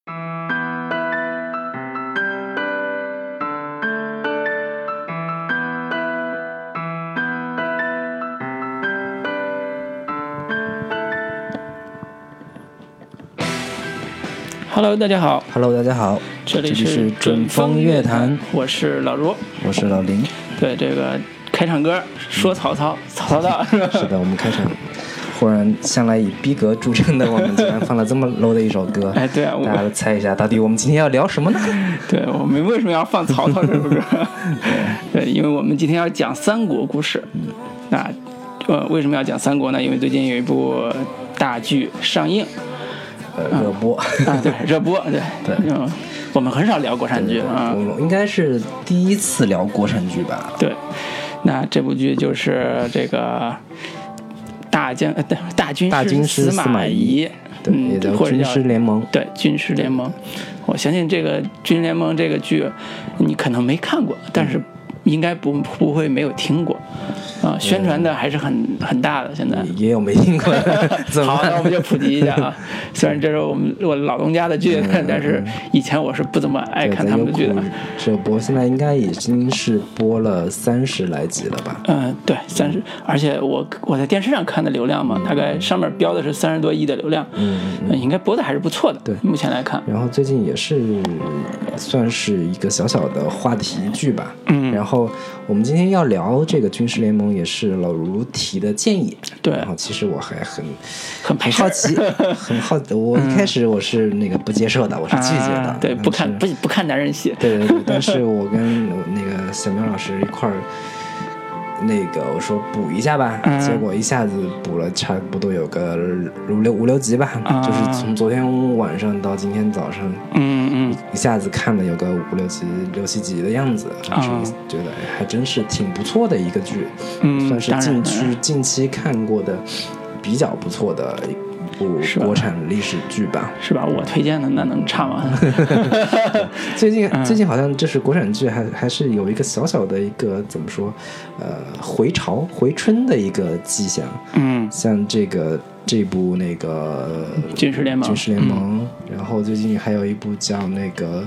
Hello， 大家好。 Hello， 大家好。 这里是准风乐坛，我是老卢， 我是老林。 对，这个开场歌说曹操，曹操到是吧？ 是的，我们开场忽然向来以逼格著称的我们竟然放了这么 low 的一首歌。 哎，对啊， 大家猜一下，到底我们今天要聊什么呢？ 对，我们为什么要放曹操这首歌？对，因为我们今天要讲三国故事。那为什么要讲三国呢？因为最近有一部大剧上映。 热播对，热播对，我们很少聊国产剧啊， 我们应该是第一次聊国产剧吧？ 对，那这部剧就是这个大军师司马懿， 对，也叫军师联盟， 对，军师联盟。我相信这个军师联盟这个剧，你可能没看过，但是应该不会没有听过。宣传的还是很大的，现在也有没听过的。 好，那我们就普及一下啊。虽然这是我老东家的剧，但是以前我是不怎么爱看他们的剧的。 热播现在应该已经是播了30来集了吧？ 对，30，而且我在电视上看的流量嘛，大概上面标的是30多亿的流量，应该播的还是不错的。 对， 目前来看。 然后最近也是算是一个小小的话题剧吧。然后我们今天要聊这个军师联盟，也是老卢提的建议。 对， 然后其实我还很好奇，我一开始我是那个不接受的，我是拒绝的。 对，不看男人戏。 对，但是我跟那个小苗老师一块儿。那个我说补一下吧，结果一下子补了差不多有个五六集吧，就是从昨天晚上到今天早上，一下子看了有个6、7集的样子，觉得还真是挺不错的一个剧，算是近期看过的比较不错的一部国产历史剧吧， 是吧？我推荐的那能差吗？ 最近好像就是国产剧还是有一个小小的一个怎么说，回春的一个迹象。像这部那个军师联盟， 然后最近还有一部叫那个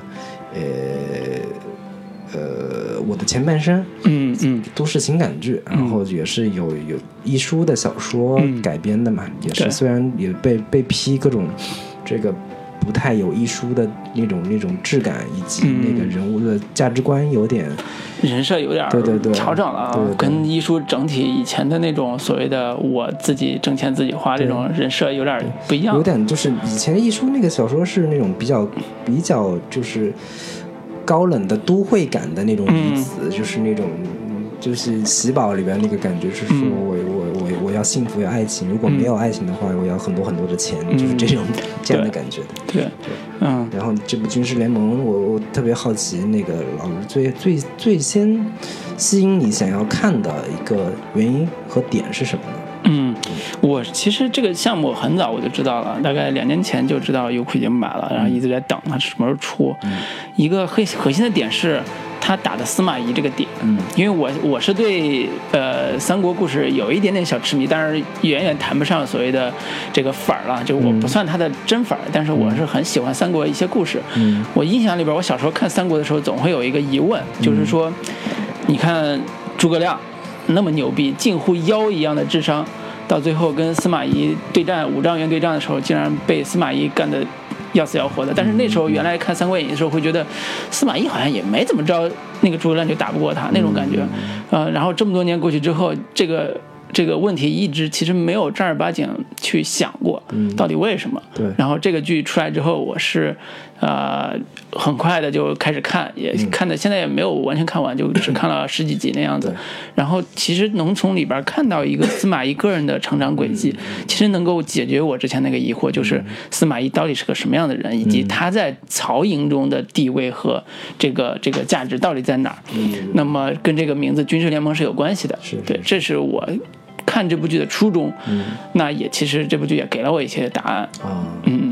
我的前半生，都市情感剧，然后也是有一书的小说改编的嘛，也是虽然也被批各种这个不太有一书的那种质感，以及那个人物的价值观有点人设有点对调整了啊， 对， 跟一书整体以前的那种所谓的我自己挣钱自己花这种人设有点不一样， 有点就是以前一书那个小说是那种比较就是高冷的都会感的那种意思，就是那种就是喜宝里边那个感觉是说我要幸福要爱情，如果没有爱情的话，我要很多很多的钱，就是这样的感觉的。 对， 然后这部军师联盟，我特别好奇，那个老师最先吸引你想要看的一个原因和点是什么呢？ 我其实这个项目很早我就知道了，大概2年前就知道优酷已经买了，然后一直在等它什么时候出。一个核心的点是他打的司马懿这个点，因为我是对三国故事有一点点小痴迷，但是远远谈不上所谓的这个粉了，就我不算他的真粉，但是我是很喜欢三国一些故事。我印象里边，我小时候看三国的时候，总会有一个疑问，就是说，你看诸葛亮那么牛逼，近乎妖一样的智商，到最后跟司马懿对战五丈原对战的时候，竟然被司马懿干得要死要活的。但是那时候原来看《三国演义》的时候，会觉得司马懿好像也没怎么着，那个诸葛亮就打不过他那种感觉。然后这么多年过去之后，这个问题一直其实没有正儿八经去想过，到底为什么？ 对。 然后这个剧出来之后，我是很快的就开始看，也看的现在也没有完全看完，就只看了10几集那样子。然后其实能从里边看到一个司马懿个人的成长轨迹，其实能够解决我之前那个疑惑，就是司马懿到底是个什么样的人，以及他在曹营中的地位和这个价值到底在哪儿。那么跟这个名字军事联盟是有关系的。对，这是我看这部剧的初衷。那也其实这部剧也给了我一些答案。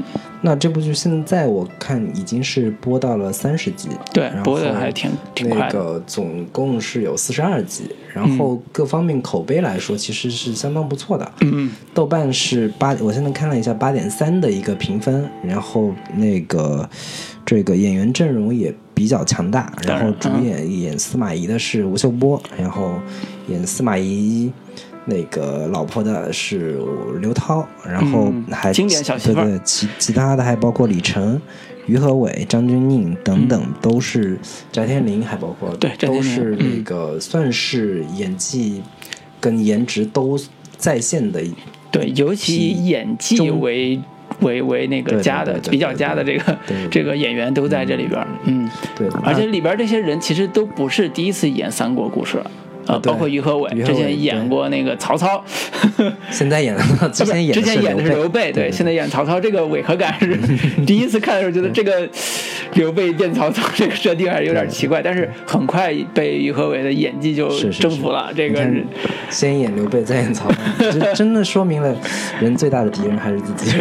那这部剧现在我看已经是播到了30集， 对，播的还挺快的。 那个总共是有42集，然后各方面口碑来说其实是相当不错的。豆瓣是我现在看了一下8.3的一个评分，然后那个这个演员阵容也比较强大，然后主演司马懿的是吴秀波，然后演司马懿那个老婆的是刘涛，然后还经典小媳妇， 对，其他的还包括李晨、于和伟、张钧甯等等，都是翟天临，还包括对， 都是那个算是演技跟颜值都在线的。 对，尤其以演技为那个佳的比较佳的这个演员都在这里边。 对， 而且里边这些人其实都不是第一次演三国故事了。包括于和伟之前演过那个曹操， 现在演的之前演的是刘备，对，现在演曹操，这个违和感是第一次看的时候觉得这个刘备变曹操这个设定还是有点奇怪，但是很快被于和伟的演技就征服了。这个先演刘备再演曹操，这真的说明了人最大的敌人还是自己。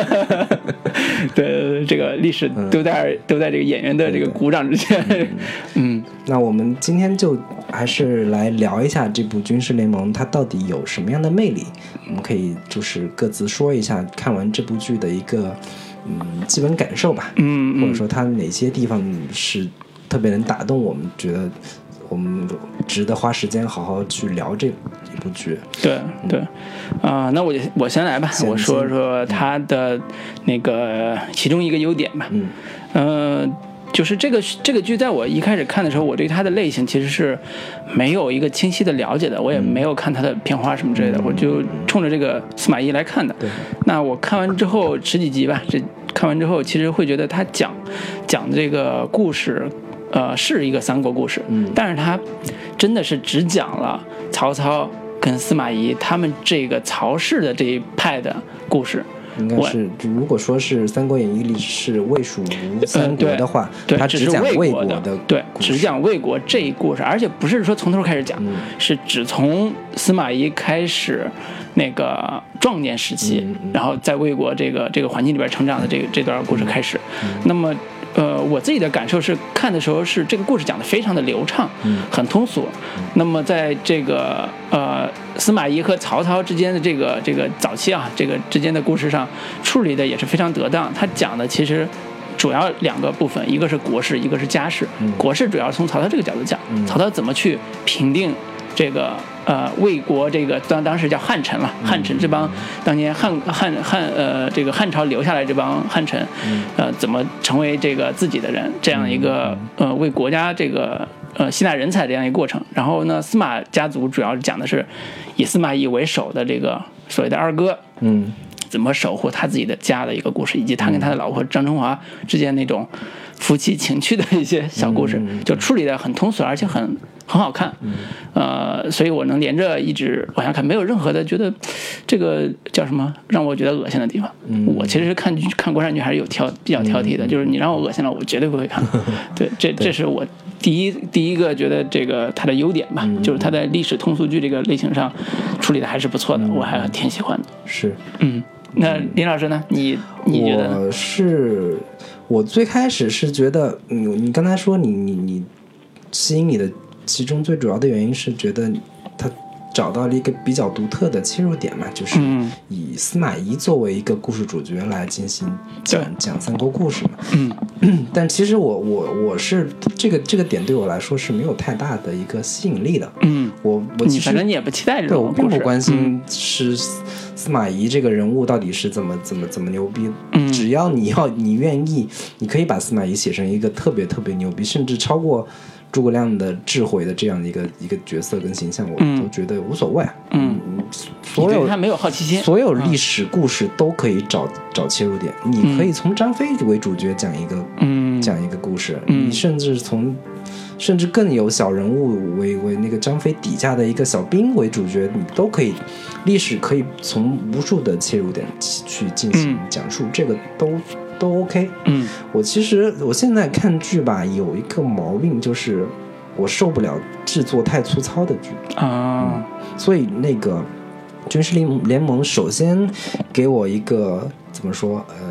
对，这个历史都在这个演员的这个鼓掌之前。 那我们今天就还是来聊一下这部《军事联盟》它到底有什么样的魅力。我们可以就是各自说一下看完这部剧的一个基本感受吧，或者说它哪些地方是特别能打动我们，觉得我们值得花时间好好去聊这一部剧。 对，那我先来吧，我说说它的那个其中一个优点吧。就是这个剧在我一开始看的时候，我对它的类型其实是没有一个清晰的了解的，我也没有看它的片花什么之类的，我就冲着这个司马懿来看的。那我看完之后10几集吧，看完之后其实会觉得他讲这个故事是一个三国故事，但是他真的是只讲了曹操跟司马懿他们这个曹氏的这一派的故事。 应该是，如果说是《三国演义》里是魏蜀吴三国的话，他只讲魏国的， 对，只讲魏国这一故事，而且不是说从头开始讲，是只从司马懿开始那个壮年时期，然后在魏国这个环境里边成长的这段故事开始。那么我自己的感受是，看的时候是这个故事讲得非常的流畅，很通俗。那么在这个司马懿和曹操之间的这个早期啊，这个之间的故事上处理的也是非常得当。他讲的其实主要2个部分，一个是国事，一个是家事。国事主要从曹操这个角度讲，曹操怎么去平定这个魏国这个当时叫汉臣了，汉臣这帮当年这个汉朝留下来这帮汉臣，怎么成为这个自己的人，这样一个为国家这个吸纳人才这样一个过程。然后呢，司马家族主要讲的是以司马懿为首的这个所谓的二哥，怎么守护他自己的家的一个故事，以及他跟他的老婆张春华之间那种夫妻情趣的一些小故事，就处理得很通俗，而且很好看。所以我能连着一直往下看，没有任何的觉得这个叫什么让我觉得恶心的地方。我其实是看国产剧还是比较挑剔的，就是你让我恶心了，我绝对不会看。对，这是我第一个觉得这个它的优点吧，就是它在历史通俗剧这个类型上处理的还是不错的，我还挺喜欢的。 是， 那林老师呢？你觉得呢？ 我最开始是觉得，你刚才说你吸引你的其中最主要的原因是觉得他找到了一个比较独特的切入点嘛，就是以司马懿作为一个故事主角来进行讲三国故事嘛。但其实我是这个点对我来说是没有太大的一个吸引力的。我其实反正你也不期待这种故事， 我并不关心是司马懿这个人物到底是怎么牛逼。只要你愿意，你可以把司马懿写成一个特别特别牛逼，甚至超过诸葛亮的智慧的这样的一个角色跟形象，我都觉得无所谓啊。所有他没有好奇心， 所有历史故事都可以找切入点。你可以从张飞为主角讲一个故事，你甚至更有小人物为那个张飞底下的一个小兵为主角，你都可以。历史可以从无数的切入点去进行讲述，这个都 OK。我现在看剧吧，有一个毛病，就是我受不了制作太粗糙的剧啊。所以那个《军事联盟》首先给我一个怎么说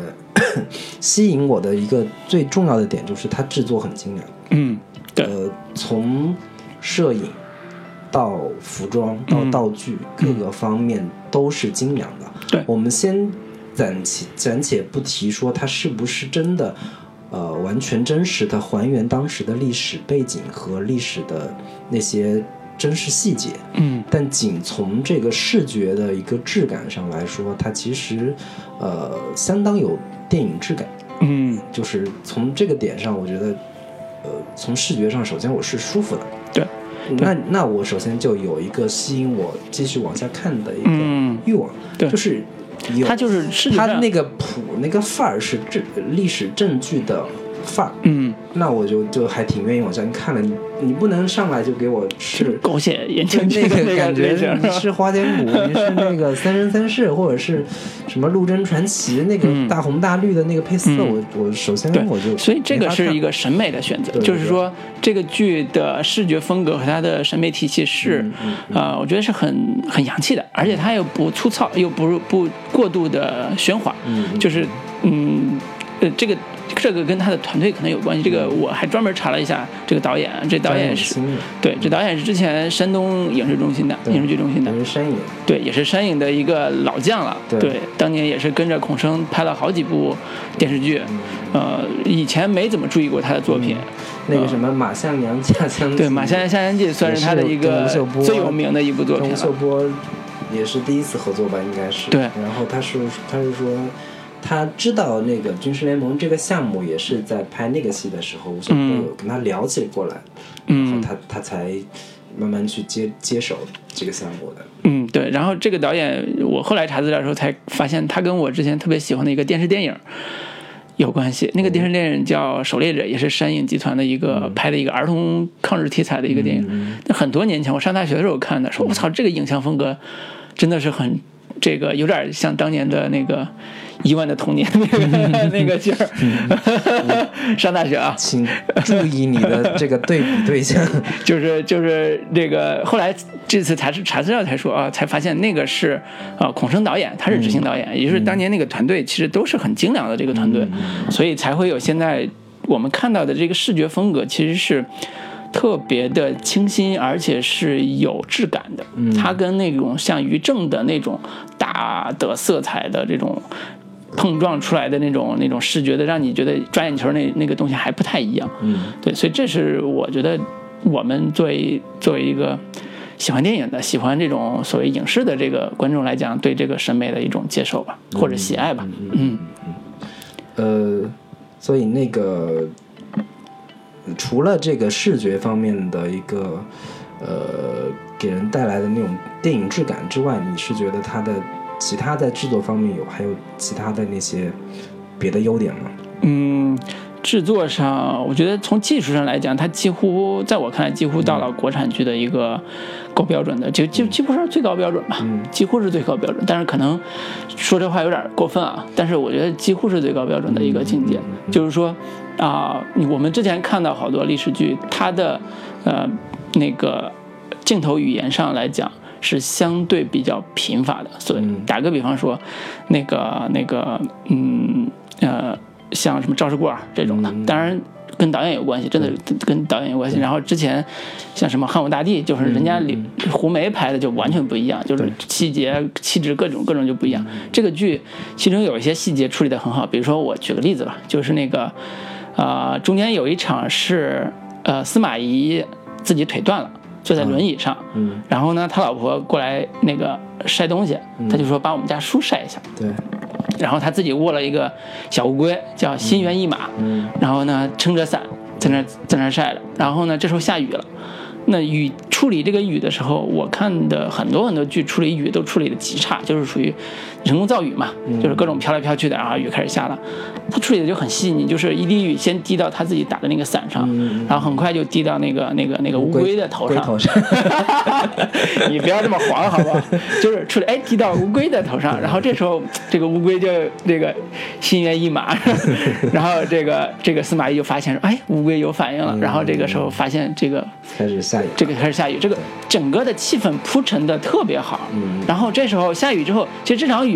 吸引我的一个最重要的点就是它制作很精良。 对， 从摄影到服装到道具，各个方面都是精良的。 对， 我们先暂且不提说它是不是真的完全真实的还原当时的历史背景和历史的那些真实细节，但仅从这个视觉的一个质感上来说，它其实相当有电影质感。就是从这个点上，我觉得从视觉上，首先我是舒服的。 对， 那我首先就有一个吸引我继续往下看的一个欲望，就是它就是视觉上它那个谱那个范儿是历史证据的范儿。那我就还挺愿意往下看了。你不能上来就给我吃狗血言情剧那个感觉，你是花千骨，你是那个三生三世，或者是什么陆贞传奇那个大红大绿的那个配色，我首先我就所以这个是一个审美的选择，就是说这个剧的视觉风格和它的审美体系是我觉得是很洋气的，而且它又不粗糙，又不过度的喧哗，就是这个跟他的团队可能有关系。这个我还专门查了一下，这个导演，这导演是这导演是之前山东影视中心的影视剧中心的，对，也是山影的一个老将了。对，当年也是跟着孔生拍了好几部电视剧，以前没怎么注意过他的作品。 那个什么马向阳下乡记， 对，马向阳下乡记算是他的一个最有名的一部作品了。 洪秀波也是第一次合作吧，应该是。 对， 然后他是说。他知道那个军事联盟这个项目也是在拍那个戏的时候，吴秀波有跟他聊起过来，然后他才慢慢去接手这个项目的。 对。然后这个导演，我后来查资料的时候才发现，他跟我之前特别喜欢的一个电视电影有关系。那个电视电影叫《狩猎者》，也是山影集团的一个拍的一个儿童抗日题材的一个电影。那很多年前我上大学的时候看的，说我操，这个影像风格真的是很这个有点像当年的那个1万的童年那个劲儿。上大学啊， 请注意你的这个对比对象。 就是这个后来这次查资料才说啊，才发现那个是孔生导演，他是执行导演，也就是当年那个团队其实都是很精良的这个团队，所以才会有现在我们看到的这个视觉风格其实是特别的清新，而且是有质感的。它跟那种像于正的那种大的色彩的这种碰撞出来的那种视觉的，让你觉得抓眼球那个东西还不太一样。对，所以这是我觉得我们作为一个喜欢电影的、喜欢这种所谓影视的这个观众来讲，对这个审美的一种接受吧，或者喜爱吧。 所以那个除了这个视觉方面的一个给人带来的那种电影质感之外，你是觉得它的其他在制作方面还有其他的那些别的优点吗？ 制作上我觉得从技术上来讲，它几乎在我看来几乎到了国产剧的一个高标准的，几乎是最高标准吧，几乎是最高标准。但是可能说这话有点过分啊，但是我觉得几乎是最高标准的一个境界。就是说我们之前看到好多历史剧，它的那个镜头语言上来讲是相对比较贫乏的。所以打个比方说，像什么赵世贵这种的，当然跟导演有关系，真的跟导演有关系。然后之前像什么汉武大帝，就是人家胡梅拍的就完全不一样，就是细节气质各种就不一样。这个剧其中有一些细节处理得很好，比如说我举个例子吧，就是那个中间有一场是司马懿自己腿断了，坐在轮椅上，然后呢他老婆过来那个晒东西，他就说把我们家书晒一下。对。然后他自己握了一个小乌龟，叫心猿意马，然后呢撑着伞在那晒了。然后呢这时候下雨了，那处理这个雨的时候，我看的很多剧处理雨都处理的极差，就是属于人工造雨嘛，就是各种飘来飘去的，然后雨开始下了。他处理的就很细腻，就是一滴雨先滴到他自己打的那个伞上，然后很快就滴到那个乌龟的头上。你不要这么黄好不好？就是处理滴到乌龟的头上，然后这时候这个乌龟就这个心猿意马，然后这个司马懿就发现说，乌龟有反应了，然后这个时候发现这个开始下雨， 这个整个的气氛铺陈的特别好。然后这时候下雨之后，其实这场雨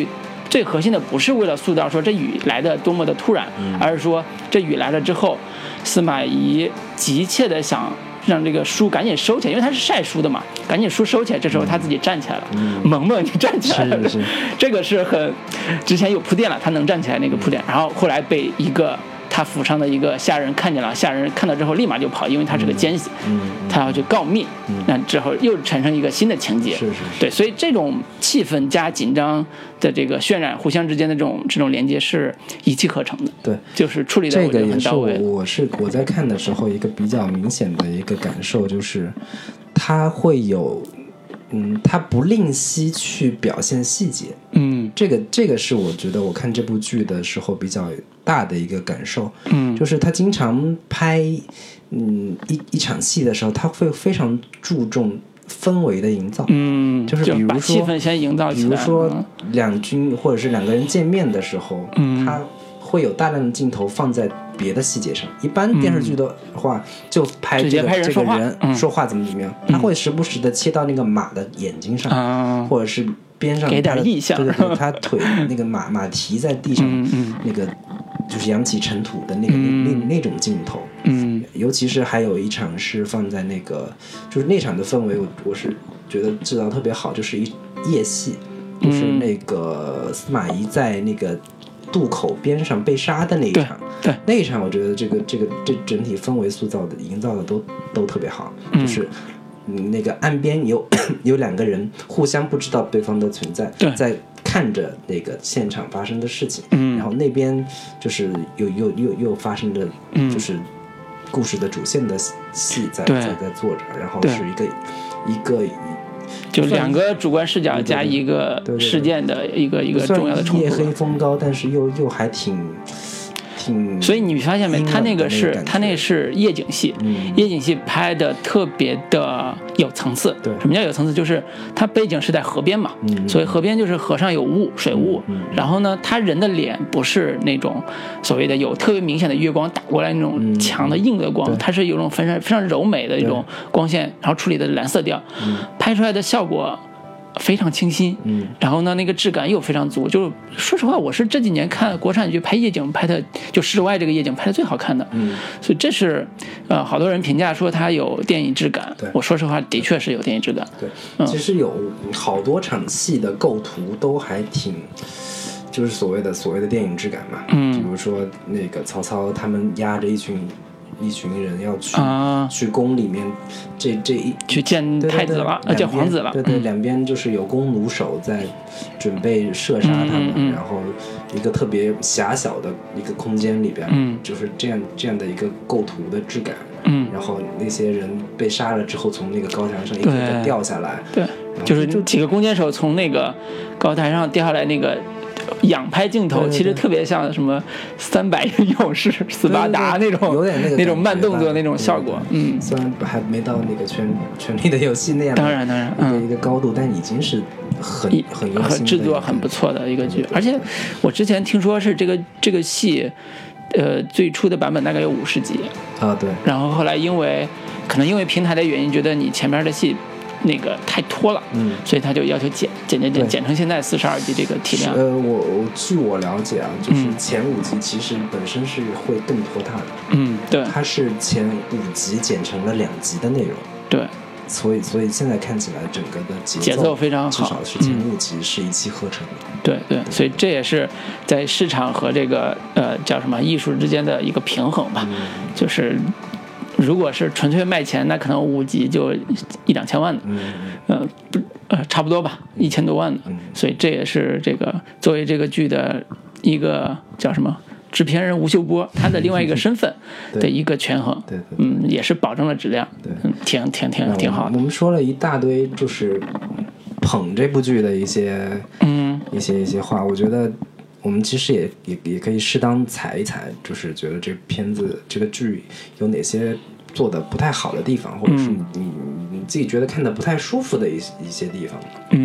最核心的不是为了塑造说这雨来的多么的突然，而是说这雨来了之后，司马懿急切的想让这个书赶紧收起来，因为他是晒书的嘛，赶紧书收起来。这时候他自己站起来了，萌萌你站起来了，这个是很之前有铺垫了，他能站起来那个铺垫，然后后来被一个他府上的一个下人看见了，下人看到之后立马就跑，因为他是个奸细，他要去告密，那之后又产生一个新的情节，对，所以这种气氛加紧张的这个渲染，互相之间的这种连接是一气呵成的， 对， 就是处理的我觉得很到位。 这个也是我在看的时候一个比较明显的一个感受，就是他会有。他不吝惜去表现细节，这个是我觉得我看这部剧的时候比较大的一个感受，就是他经常拍一场戏的时候，他会非常注重氛围的营造，就是比如说把气氛先营造起来， 比如说两军或者是两个人见面的时候，他会有大量的镜头放在别的细节上。一般电视剧的话，就拍这个人说话怎么样，他会时不时的切到那个马的眼睛上，或者是边上给点意象， 对，他腿那个马蹄在地上，那个就是扬起尘土的那种镜头，尤其是还有一场是放在那个，就是那场的氛围，我是觉得制造特别好，就是一夜戏，就是那个司马懿在那个渡口边上被杀的那一场， 对， 那一场我觉得这整体氛围塑造的、营造的都特别好，就是那个岸边有两个人互相不知道对方的存在，在看着那个现场发生的事情，然后那边就是又发生着就是故事的主线的戏在做着，然后是一个。 就两个主观视角加一个事件的一个重要的冲突， 夜黑风高，但是又还挺。 所以你发现没？他那是夜景戏，夜景戏拍的特别的有层次。 对， 什么叫有层次？就是它背景是在河边嘛，所以河边就是河上有雾，水雾。然后呢，他人的脸不是那种所谓的有特别明显的月光打过来那种强的硬的光，它是有种非常柔美的一种光线，然后处理的蓝色调，拍出来的效果非常清新，然后呢，那个质感又非常足。就说实话，我是这几年看国产剧拍夜景拍的，就室外这个夜景拍的最好看的。所以这是好多人评价说它有电影质感。我说实话，的确是有电影质感。 对，其实有好多场戏的构图都还挺。就是所谓的电影质感嘛，比如说那个曹操他们押着一群人要去宫里面， 去见太子了，见皇子了。 对，两边就是有弓弩手在准备射杀他们，然后一个特别狭小的一个空间里边，就是这样的一个构图的质感。然后那些人被杀了之后，从那个高台上一个个掉下来， 对，就是几个弓箭手从那个高台上掉下来那个。仰拍镜头其实特别像什么300勇士斯巴达那种， 有点那种慢动作那种效果。 虽然还没到那个权力的游戏那样， 当然， 一个高度，但已经是很用心的制作很不错的一个剧。而且我之前听说是这个戏，最初的版本大概有50集啊，对。 然后后来可能因为平台的原因，觉得你前面的戏。那个太拖了，所以他就要求剪成现在42集这个体量。 据我了解啊，就是前5集其实本身是会更拖沓的。 对， 它是前5集剪成了2集的内容。 对， 所以现在看起来整个的节奏非常好， 至少是前5集是一气呵成的。 对，所以这也是在市场和这个叫什么艺术之间的一个平衡吧，就是。如果是纯粹卖钱，那可能5集就1-2千万的，差不多吧，1000多万的。所以这也是这个作为这个剧的一个叫什么制片人吴秀波他的另外一个身份的一个权衡。 对， 也是保证了质量。对，挺好的。 我们说了一大堆，就是捧这部剧的一些话，我觉得。我们其实也可以适当踩一踩，就是觉得这片子这个剧有哪些做的不太好的地方，或者是你自己觉得看的不太舒服的一些地方。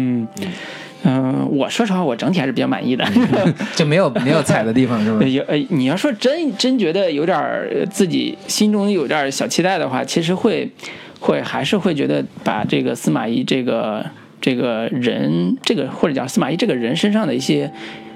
我说实话，我整体还是比较满意的， 就没有踩的地方是吧？ 你要说真觉得有点自己心中有点小期待的话，其实还是会觉得把这个司马懿这个人，或者叫司马懿这个人身上的一些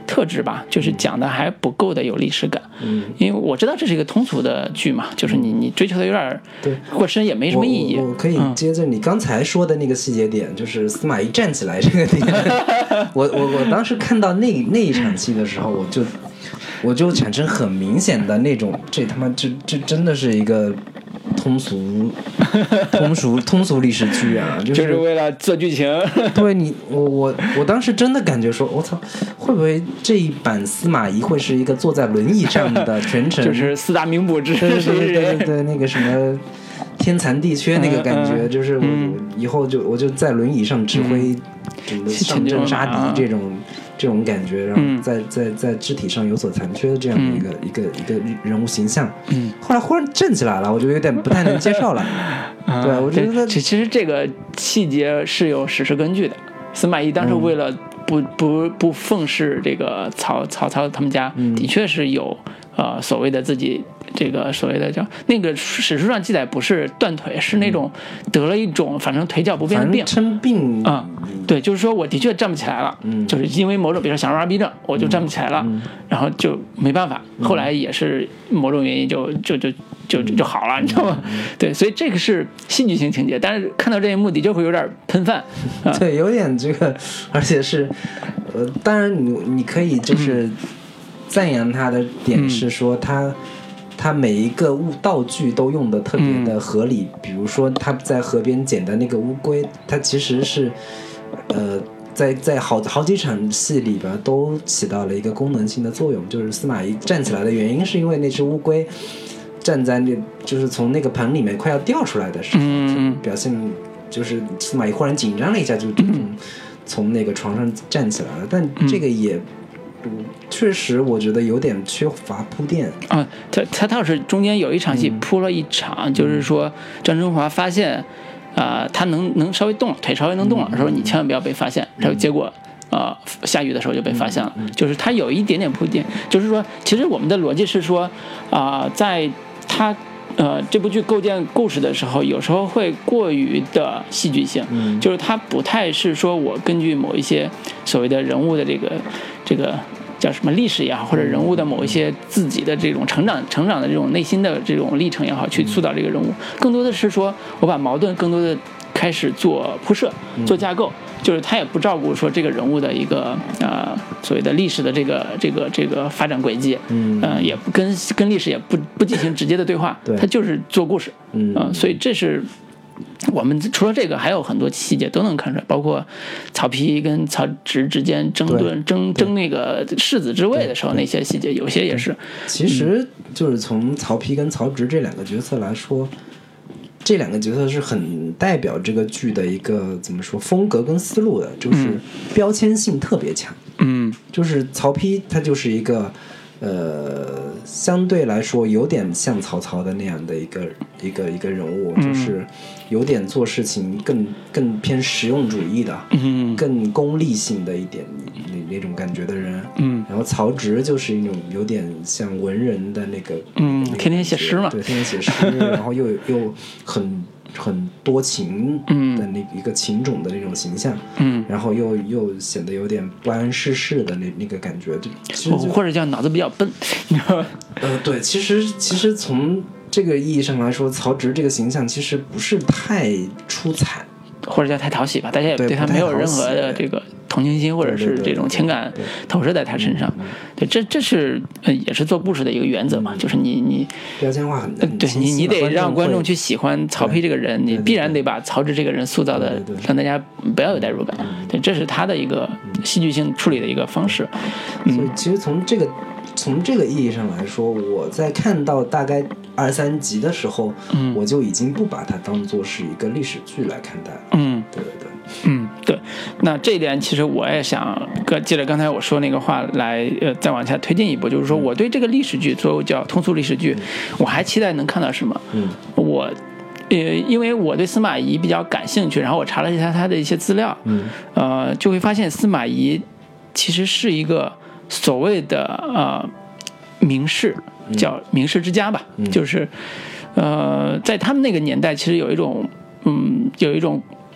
特质吧，就是讲的还不够的有历史感。因为我知道这是一个通俗的剧嘛，就是你追求的有点过深也没什么意义。 我可以接着你刚才说的那个细节点，就是司马懿站起来这个点。我当时看到那一场戏的时候，我就产生很明显的那种，这他妈这真的是一个通俗历史剧啊， 就是为了做剧情。 对你，我当时真的感觉说，我操，会不会这一版司马懿会是一个坐在轮椅上的全程， 就是四大名捕之对，那个什么天残地缺那个感觉，就是我以后我就在轮椅上指挥上阵杀敌这种感觉，然后在肢体上有所残缺的这样的一个人物形象。后来忽然站起来了，我就有点不太能接受了。对，我觉得其实这个细节是有史实根据的。司马懿当时为了不奉侍这个曹操他们家，的确是有所谓的自己这个所谓的叫那个史书上记载不是断腿，是那种得了一种反正腿脚不便的病， 称病啊、对，就是说我的确站不起来了，就是因为某种比如说小儿麻痹症，我就站不起来了，然后就没办法，后来也是某种原因就好了，你知道吗？对，所以这个是戏剧性情节，但是看到这一幕的确会有点喷饭， 对，有点这个，而且是当然你可以就是赞扬他的点是说他每一个道具都用的特别的合理，比如说他在河边捡的那个乌龟，他其实是在好几场戏里边都起到了一个功能性的作用，就是司马懿站起来的原因是因为那只乌龟站在就是从那个盆里面快要掉出来的时候，表现就是司马懿忽然紧张了一下，就从那个床上站起来了，但这个也确实我觉得有点缺乏铺垫啊。他倒是中间有一场戏铺了一场，就是说张春华发现他能稍微动了，腿稍微能动了，说你千万不要被发现，然后结果下雨的时候就被发现了，就是他有一点点铺垫，就是说其实我们的逻辑是说在他这部剧构建故事的时候，有时候会过于的戏剧性，就是它不太是说我根据某一些所谓的人物的这个叫什么历史也好，或者人物的某一些自己的这种成长的这种内心的这种历程也好，去塑造这个人物，更多的是说我把矛盾更多的开始做铺设、做架构，就是他也不照顾说这个人物的一个所谓的历史的这个发展轨迹，也不跟历史也不进行直接的对话，他就是做故事，所以这是我们除了这个还有很多细节都能看出来，包括曹丕跟曹植之间争那个世子之位的时候那些细节，有些也是。 其实就是从曹丕跟曹植这两个角色来说，这两个角色是很代表这个剧的一个怎么说风格跟思路的，就是标签性特别强。就是曹丕他就是一个相对来说有点像曹操的那样的一个人物，就是有点做事情更偏实用主义的，更功利性的一点那种感觉的人。然后曹植就是一种有点像文人的那个， 天天写诗嘛， 对，天天写诗，然后又很多情的那一个情种的那种形象，然后又显得有点不谙世事的那个感觉， 或者叫脑子比较笨，你知道吗？ 对，其实从这个意义上来说，曹植这个形象其实不是太出彩， 或者叫太讨喜吧，大家也对他没有任何的这个同情心或者是这种情感投射在他身上。对，这是也是做故事的一个原则嘛，就是你标签化很对你得让观众去喜欢曹丕这个人，你必然得把曹植这个人塑造的让大家不要有代入感。对，这是他的一个戏剧性处理的一个方式。 所以其实从这个意义上来说，我在看到大概2、3集的时候，我就已经不把它当作是一个历史剧来看待了。 对。那这一点其实我也想接着刚才我说那个话来再往下推进一步，就是说我对这个历史剧，所谓叫通俗历史剧，我还期待能看到什么。因为我对司马懿比较感兴趣，然后我查了一下他的一些资料，就会发现司马懿其实是一个所谓的名士，叫名士之家吧，就是在他们那个年代，其实有一种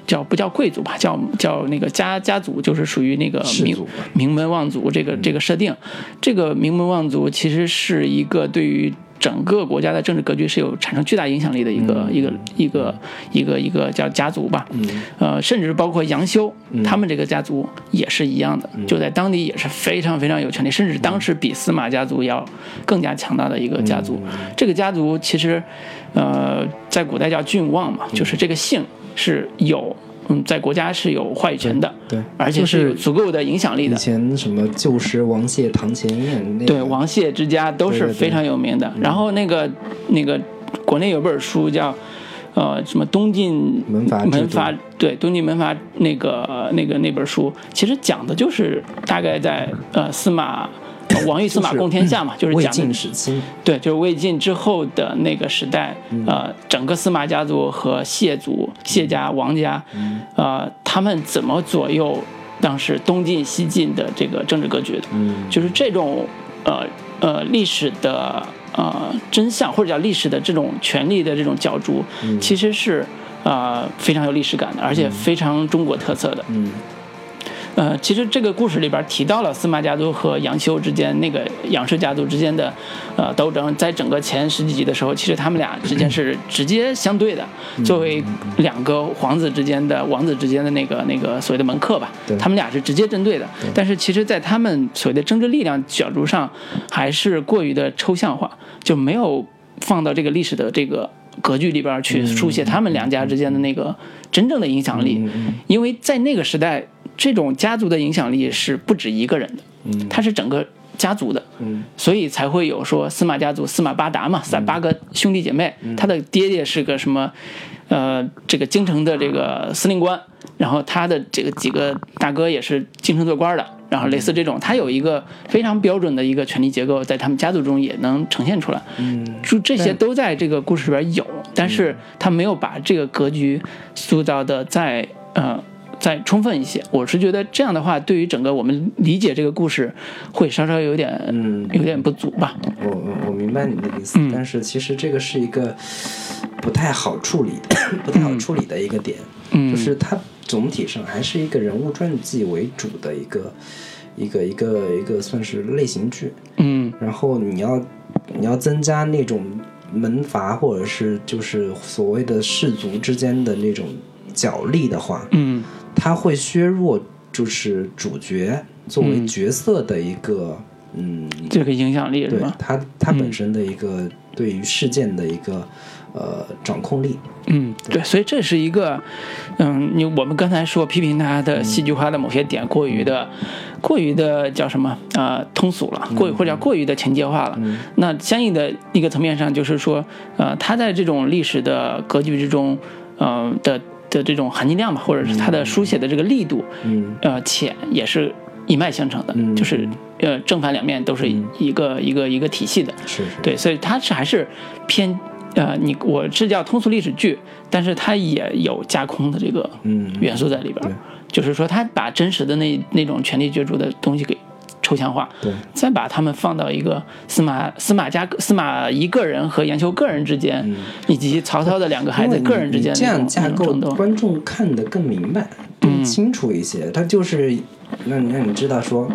不叫贵族吧，叫那个家族，就是属于那个名门望族这个设定。这个名门望族其实是一个对于整个国家的政治格局是有产生巨大影响力的一个叫家族吧，甚至包括杨修他们这个家族也是一样的，就在当地也是非常非常有权力，甚至当时比司马家族要更加强大的一个家族。这个家族其实在古代叫郡望嘛，就是这个姓是有在国家是有话语权的， 对， 而且是有足够的影响力的。 以前什么旧时王谢堂前燕， 对，王谢之家都是非常有名的。然后那个国内有本书叫什么东晋门阀，对，东晋门阀那本书，其实讲的就是大概在王与司马共天下嘛，就是讲魏晋时期， 对，就是魏晋之后的那个时代，整个司马家族和谢族、谢家、王家，他们怎么左右当时东晋、西晋的这个政治格局的，就是这种历史的真相，或者叫历史的这种权力的这种角逐，其实是非常有历史感的，而且非常中国特色的。其实这个故事里边提到了司马家族和杨修之间那个杨氏家族之间的斗争，在整个前10几集的时候，其实他们俩之间是直接相对的，作为两个王子之间的那个所谓的门客吧，他们俩是直接针对的。但是其实在他们所谓的政治力量角逐上还是过于的抽象化，就没有放到这个历史的这个格局里边去书写他们两家之间的那个真正的影响力。因为在那个时代，这种家族的影响力是不止一个人的，它是整个家族的，所以才会有说司马家族司马八达嘛，8个兄弟姐妹，他的爹爹是个什么这个京城的这个司令官，然后他的这个几个大哥也是京城做官的，然后类似这种，他有一个非常标准的一个权力结构，在他们家族中也能呈现出来。就这些都在这个故事里边有，但是他没有把这个格局塑造的再充分一些。我是觉得这样的话，对于整个我们理解这个故事会稍稍有点不足吧。 我明白你的意思，但是其实这个是一个不太好处理的一个点，就是它总体上还是一个人物传记为主的一个算是类型剧。然后你要增加那种门阀或者是就是所谓的氏族之间的那种角力的话，它会削弱就是主角作为角色的一个这个影响力是吧？ 对它本身的一个对于事件的一个掌控力。 对，所以这是一个我们刚才说批评它的戏剧化的某些点过于的叫什么通俗了，或者过于的情节化了。那相应的一个层面上就是说它在这种历史的格局之中的这种含金量吧，或者是它的书写的这个力度浅也是一脉相承的，就是正反两面都是一个体系的。 是对，所以它还是偏我是叫通俗历史剧，但是它也有架空的这个元素在里边，就是说它把真实的那种权力角逐的东西给抽象化，再把他们放到一个司马一个人和杨修个人之间，以及曹操的2个孩子个人之间的这样架构，观众看得更明白、更清楚一些。他就是让你知道说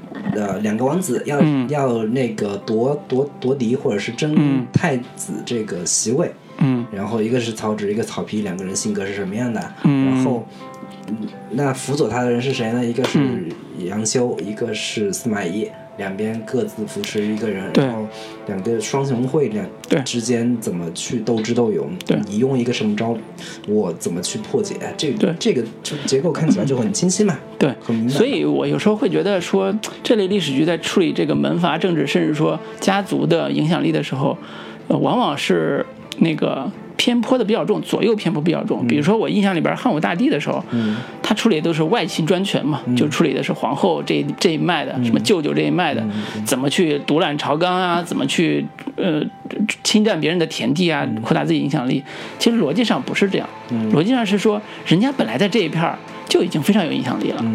，2个王子要那个夺嫡或者是争太子这个席位，然后一个是曹植，一个曹丕，2个人性格是什么样的，然后。那辅佐他的人是谁呢？一个是杨修，一个是司马懿，两边各自扶持一个人，然后2个双雄会之间怎么去斗智斗勇？你用一个什么招，我怎么去破解？这个就结构看起来就很清晰嘛。 对， 很明白。 所以我有时候会觉得说，这类历史剧在处理这个门阀政治，甚至说家族的影响力的时候，往往是那个。偏颇的比较重，左右偏颇比较重。比如说我印象里边汉武大帝的时候，他处理的都是外戚专权嘛，就处理的是皇后这一脉的，什么舅舅这一脉的，怎么去独揽朝纲啊，怎么去侵占别人的田地啊，扩大自己影响力。其实逻辑上不是这样，逻辑上是说人家本来在这一片就已经非常有影响力了。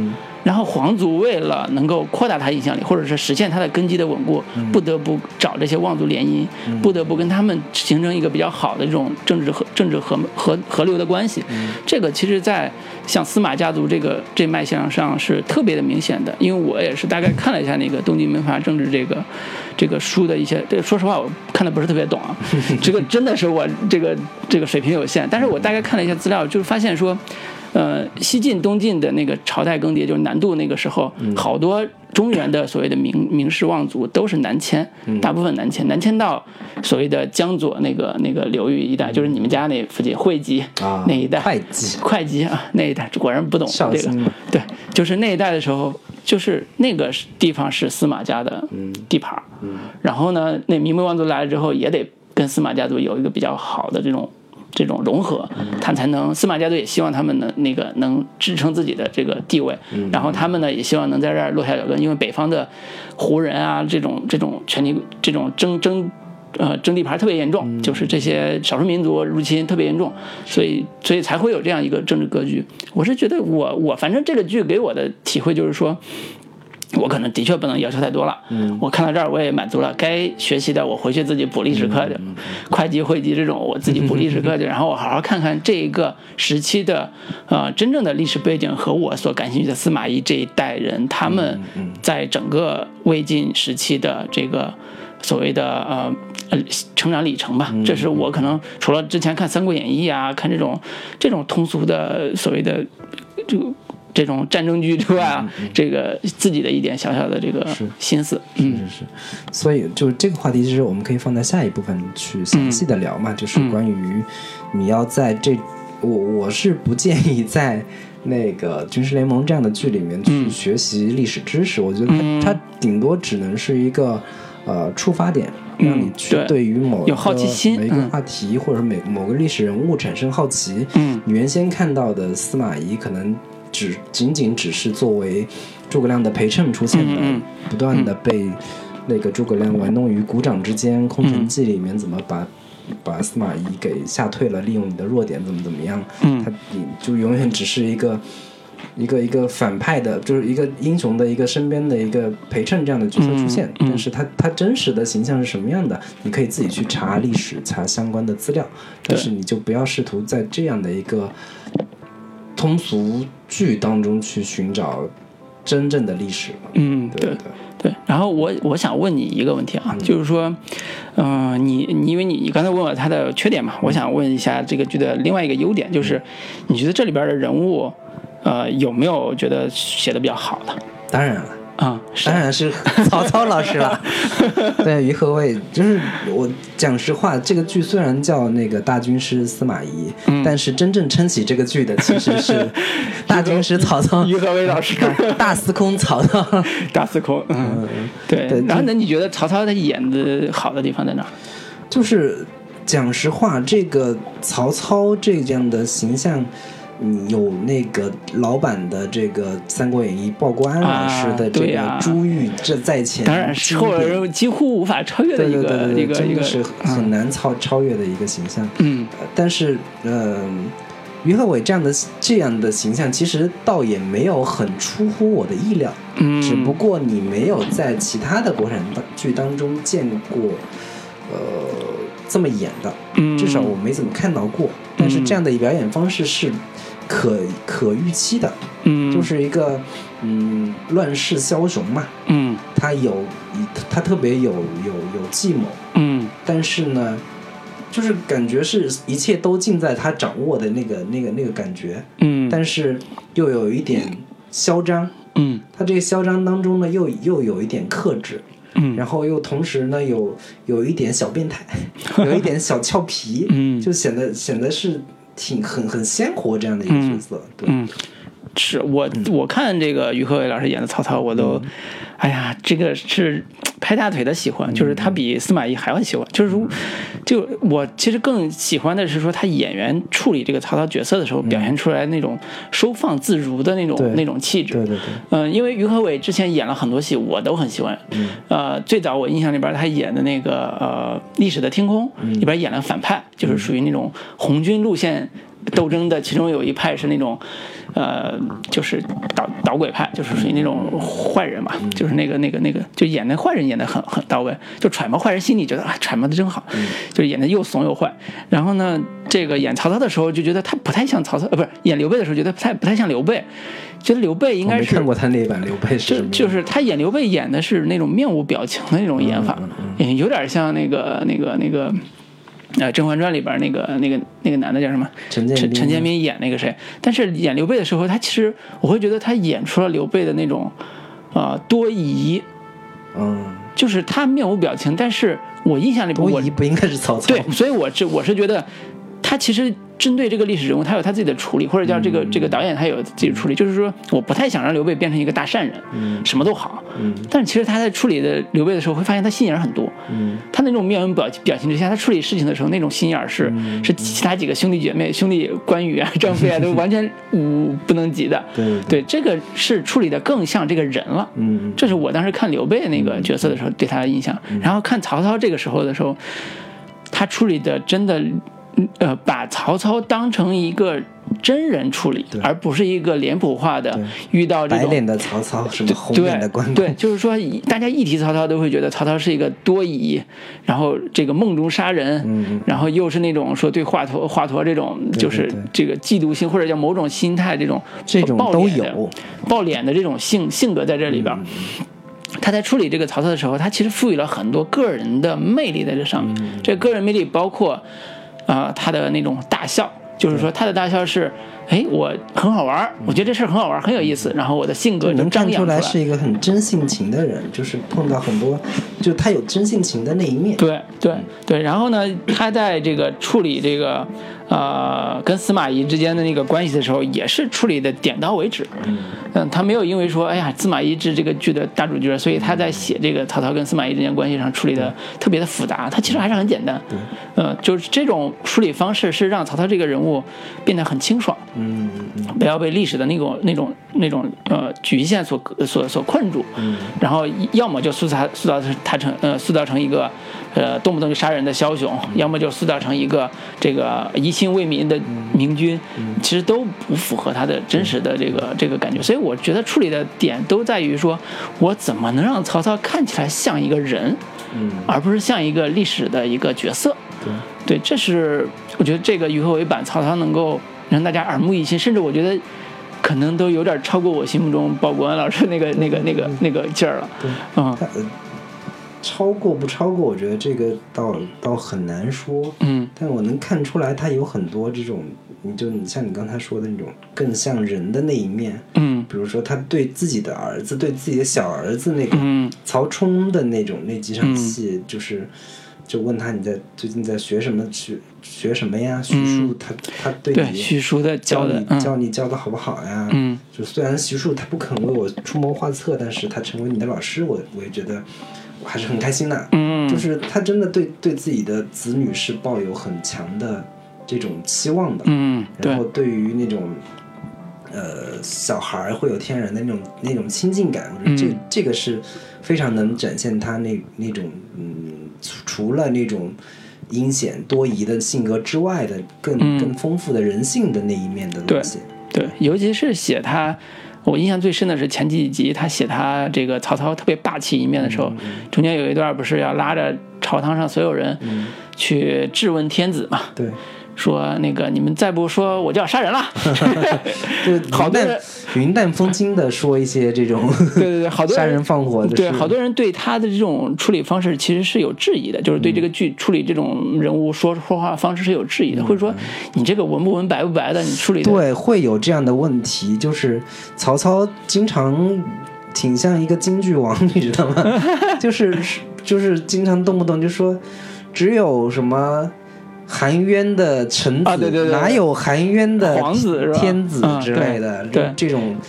然后皇族为了能够扩大他影响力，或者是实现他的根基的稳固，不得不找这些望族联姻，不得不跟他们形成一个比较好的这种政治合流的关系。这个其实在像司马家族这脉象上是特别的明显的，因为我也是大概看了一下那个《东晋门阀政治》这个书的一些，说实话我看的不是特别懂啊，这个真的是我这个水平有限，但是我大概看了一下资料，就是发现说西晋东晋的那个朝代更迭，就是南渡那个时候，好多中原的所谓的名士望族都是南迁，大部分南迁到所谓的江左那个流域一带，就是你们家那附近会稽那一带，会稽啊那一带，果然不懂这个，对，就是那一带的时候，就是那个地方是司马家的地盘，然后呢，那名门望族来了之后，也得跟司马家族有一个比较好的这种融合，他才能，司马家族也希望他们能支撑自己的这个地位，然后他们呢也希望能在这儿落下脚跟，因为北方的胡人啊这种权力这种争地盘特别严重，就是这些少数民族入侵特别严重，所以才会有这样一个政治格局。我是觉得我反正这个剧给我的体会就是说，我可能的确不能要求太多了，我看到这儿我也满足了，该学习的我回去自己补历史课去，会稽会稽这种我自己补历史课去，然后我好好看看这一个时期的真正的历史背景和我所感兴趣的司马懿这一代人，他们在整个魏晋时期的这个所谓的成长里程吧，这是我可能除了之前看《三国演义》啊，看这种通俗的所谓的这种战争剧之外啊，这个自己的一点小小的这个心思， 是，所以就是这个话题，其实我们可以放在下一部分去详细的聊嘛，就是关于你要在我是不建议在那个军事联盟这样的剧里面去学习历史知识，我觉得它顶多只能是一个出发点，让你去对于有好奇心， 每一个话题或者某个历史人物产生好奇。你原先看到的司马懿可能仅仅只是作为诸葛亮的陪衬出现的，不断的被那个诸葛亮玩弄于股掌之间，空城计里面怎么把司马懿给吓退了，利用你的弱点怎么样，他就永远只是一个反派的，就是一个英雄的一个身边的一个陪衬这样的角色出现，但是他真实的形象是什么样的，你可以自己去查历史，查相关的资料，但是你就不要试图在这样的一个通俗剧当中去寻找真正的历史了。 对。然后我想问你一个问题啊，就是说，因为你刚才问我他的缺点嘛，我想问一下这个剧的另外一个优点，就是你觉得这里边的人物，有没有觉得写的比较好的？ 当然了。当然是曹操老师了。对，于和伟，就是我讲实话，这个剧虽然叫那个大军师司马懿，但是真正撑起这个剧的其实是大军师曹操， 于和伟老师， 大司空曹操， 大司空。对。然后呢，你觉得曹操他演的好的地方在哪？ 就是讲实话，这个曹操这样的形象。有那个老版的这个《三国演义》鲍国安老师的这个珠玉这在前， 当然是后人几乎无法超越的一个真的是很难超越的一个形象。但是于和伟这样的形象，其实倒也没有很出乎我的意料。只不过你没有在其他的国产剧当中见过这么演的，至少我没怎么看到过。但是这样的表演方式是可预期的，就是一个乱世枭雄嘛，他特别有计谋，但是呢，就是感觉是一切都尽在他掌握的那个感觉，但是又有一点嚣张，他这个嚣张当中呢又有一点克制。然后又同时呢有一点小变态，有一点小俏皮，就显得是很鲜活这样的一个角色。对， 是我看这个于和伟老师演的曹操，我都，哎呀，这个是拍大腿的喜欢，就是他比司马懿还要喜欢，就我其实更喜欢的是说他演员处理这个曹操角色的时候表现出来那种收放自如的那种气质。 对。 因为于和伟之前演了很多戏，我都很喜欢。最早我印象里边他演的那个历史的天空里边演了反派，就是属于那种红军路线斗争的其中有一派是那种就是捣鬼派，就是属于那种坏人嘛，就是那个就演那坏人演得很到位，就揣摩坏人心里，觉得揣摩的真好，就是演得又怂又坏。然后呢，这个演曹操的时候就觉得他不太像曹操，不是演刘备的时候觉得不太像刘备，觉得刘备应该是，我没看过他那版刘备是什么， 就是他演刘备演的是那种面无表情的那种演法，有点像那个《甄嬛传》里边那个男的叫什么？陈建斌演那个谁？但是演刘备的时候，他其实我会觉得他演出了刘备的那种多疑，就是他面无表情，但是我印象里多疑不应该是曹操？ 对，所以我是觉得他其实针对这个历史人物，他有他自己的处理，或者叫这个导演他有自己的处理，就是说我不太想让刘备变成一个大善人，什么都好，但是其实他在处理的刘备的时候，会发现他心眼很多，他那种面无表情之下，他处理事情的时候那种心眼是其他几个兄弟姐妹、兄弟关羽啊、张飞啊都完全不能及的，对，这个是处理的更像这个人了，这是我当时看刘备那个角色的时候对他的印象，然后看曹操这个时候的时候，他处理的真的。把曹操当成一个真人处理，而不是一个脸谱化的遇到这种白脸的曹操，什么红脸的关公。 对，就是说大家一提曹操都会觉得曹操是一个多疑，然后这个梦中杀人，然后又是那种说对华佗这种就是这个嫉妒心或者叫某种心态这种都有爆脸的这种性格在这里边。他在处理这个曹操的时候，他其实赋予了很多个人的魅力在这上面。这个个人魅力包括他的那种大笑，就是说他的大笑是，我很好玩，我觉得这事很好玩，很有意思，然后我的性格就张扬出来， 是一个很真性情的人，就是碰到很多，就他有真性情的那一面。 对，然后呢，他在这个处理这个跟司马懿之间的那个关系的时候，也是处理的点到为止。他没有因为说，司马懿是这个剧的大主角，所以他在写这个曹操跟司马懿之间关系上处理的特别的复杂。他其实还是很简单。就是这种处理方式是让曹操这个人物变得很清爽。不要被历史的那种局限所困住。然后要么就塑造成一个动不动就杀人的枭雄，要么就塑造成一个这个疑心为民的明君，其实都不符合他的真实的这个感觉。所以我觉得处理的点都在于说，我怎么能让曹操看起来像一个人，而不是像一个历史的一个角色。对，这是我觉得这个于和伟版曹操能够让大家耳目一新，甚至我觉得可能都有点超过我心目中鲍国安老师那个劲儿了。 超过不超过，我觉得这个倒很难说。但我能看出来他有很多这种，你像你刚才说的那种更像人的那一面。比如说他对自己的儿子，对自己的小儿子那个曹冲的那几场戏，就问他你最近在学什么学什么呀？徐庶他对你徐庶的教你教的好不好呀？就虽然徐庶他不肯为我出谋划策，但是他成为你的老师，我也觉得我还是很开心的。就是他真的对自己的子女是抱有很强的这种期望的。然后对于那种小孩会有天然的那种亲近感，我觉得这个是非常能展现他那种除了那种阴险多疑的性格之外的更丰富的人性的那一面的东西。 对，尤其是写他，我印象最深的是前几集他写他这个曹操特别霸气一面的时候，中间有一段不是要拉着朝堂上所有人去质问天子嘛？对。说那个你们再不说我就要杀人了。好多人云淡风轻的说一些这种对好多人杀人放火的事。 对，好多人对他的这种处理方式其实是有质疑的，就是对这个剧处理这种人物说话方式是有质疑的，或者说你这个文不文白不白的，你处理的对会有这样的问题。就是曹操经常挺像一个京剧王，你知道吗？就是经常动不动就说只有什么含冤的臣子， 对， 哪有含冤的皇子、 天子之类的， 对这种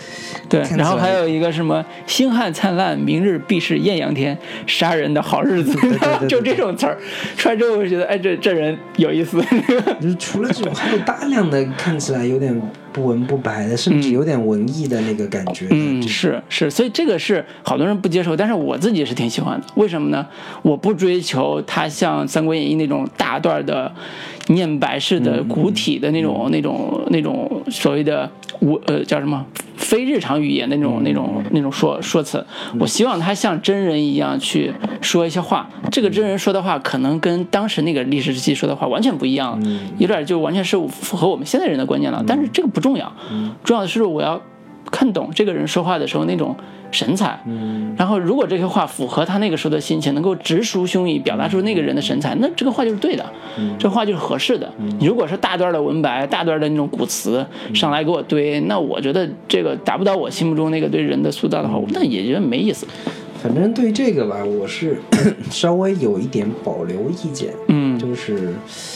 对，然后还有一个什么星汉灿烂，明日必是艳阳天，杀人的好日子，就这种词儿出来之后，我就觉得哎，这人有意思。 就是除了这种，还有大量的看起来有点不文不白的，甚至有点文艺的那个感觉。 是，所以这个是好多人不接受，但是我自己是挺喜欢的。为什么呢？我不追求它像《三国演义》那种大段的念白式的古体的那种所谓的叫什么非日常语言的那种说辞。我希望他像真人一样去说一些话，这个真人说的话可能跟当时那个历史时期说的话完全不一样，有点就完全是符合我们现在人的观念了。但是这个不重要，重要的是我要看懂这个人说话的时候那种神采，然后如果这些话符合他那个时候的心情，能够直抒胸臆，表达出那个人的神采，那这个话就是对的，这话就是合适的。你如果是大段的文白，大段的那种古词上来给我堆，那我觉得这个达不到我心目中那个对人的塑造的话，那也觉得没意思。 反正对这个吧，我是稍微有一点保留意见，就是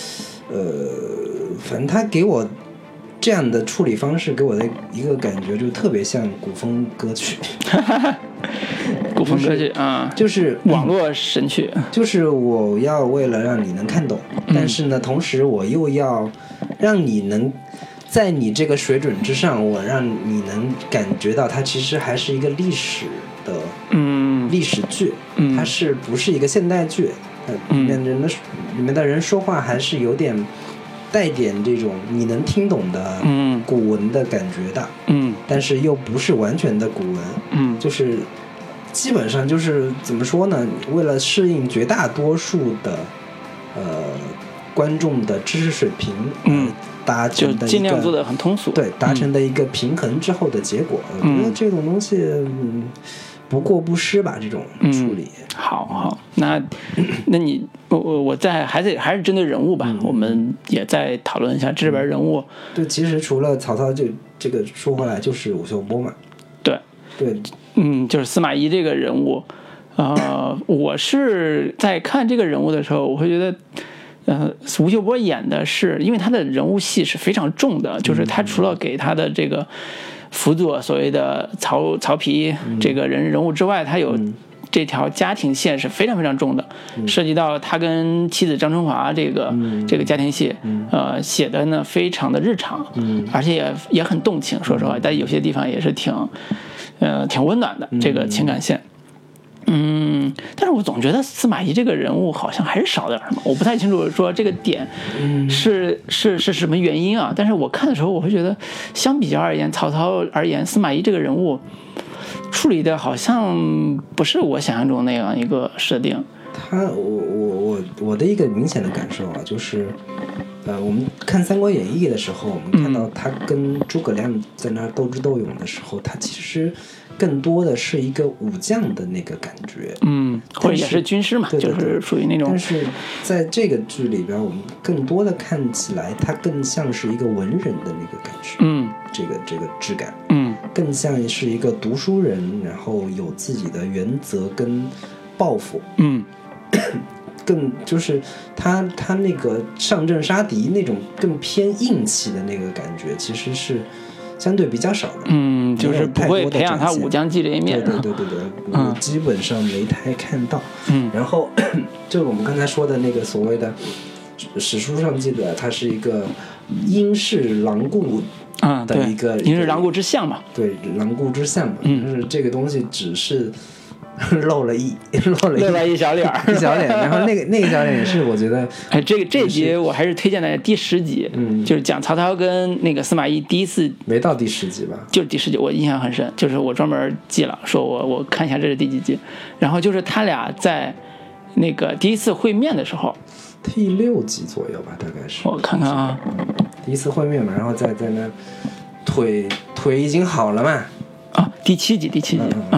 反正他给我这样的处理方式给我的一个感觉就特别像古风歌曲。 古风歌曲啊， 就是网络神曲， 就是我要为了让你能看懂，但是呢同时我又要让你能在你这个水准之上，我让你能感觉到它其实还是一个历史的历史剧，它是不是一个现代剧，里面的人说话还是有点带点这种你能听懂的古文的感觉的，但是又不是完全的古文，就是基本上就是怎么说呢？为了适应绝大多数的观众的知识水平，达成的就尽量做得很通俗， 对，达成的一个平衡之后的结果。我觉得这种东西，不过不失吧，这种处理。 好，那你我还是针对人物吧，我们也再讨论一下这边人物。 对，其实除了曹操，这个说回来就是吴秀波嘛。对， 就是司马懿这个人物，我是在看这个人物的时候，我会觉得。吴秀波演的是，因为他的人物戏是非常重的，就是他除了给他的这个辅佐所谓的曹丕这个人物之外，他有这条家庭线是非常非常重的，涉及到他跟妻子张春华这个家庭戏，写的呢非常的日常，而且也很动情，说实话，但有些地方也是挺温暖的这个情感线。但是我总觉得司马懿这个人物好像还是少点什么，我不太清楚说这个点是什么原因啊。但是我看的时候，我会觉得相比较而言，曹操而言，司马懿这个人物处理的好像不是我想象中那样一个设定。 我的一个明显的感受啊，就是我们看《三国演义》的时候，我们看到他跟诸葛亮在那斗智斗勇的时候，他其实更多的是一个武将的那个感觉， 或者也是军师嘛， 对， 就是属于那种。 但是在这个剧里边，我们更多的看起来，他更像是一个文人的那个感觉，这个质感，更像是一个读书人，然后有自己的原则跟抱负，更就是他那个上阵杀敌那种更偏硬气的那个感觉，其实是相对比较少的， 就是不会培养他武将技这一面。 对，我基本上没太看到。然后就我们刚才说的那个所谓的史书上记得，他是一个应是狼顾的一个应是狼顾之相嘛。 对，狼顾之相嘛，就是这个东西只是。露了一小脸一小脸，然后那个小脸也是我觉得， 这集我还是推荐的第10集，就是讲曹操跟那个司马懿第一次， 没到第10集吧， 就是第10集，我印象很深，就是我专门记了，说我看一下这是第几集，然后就是他俩在那个第一次会面的时候， 第6集左右吧，大概是， 我看看啊， 第一次会面嘛，然后在那腿已经好了嘛。 第7集第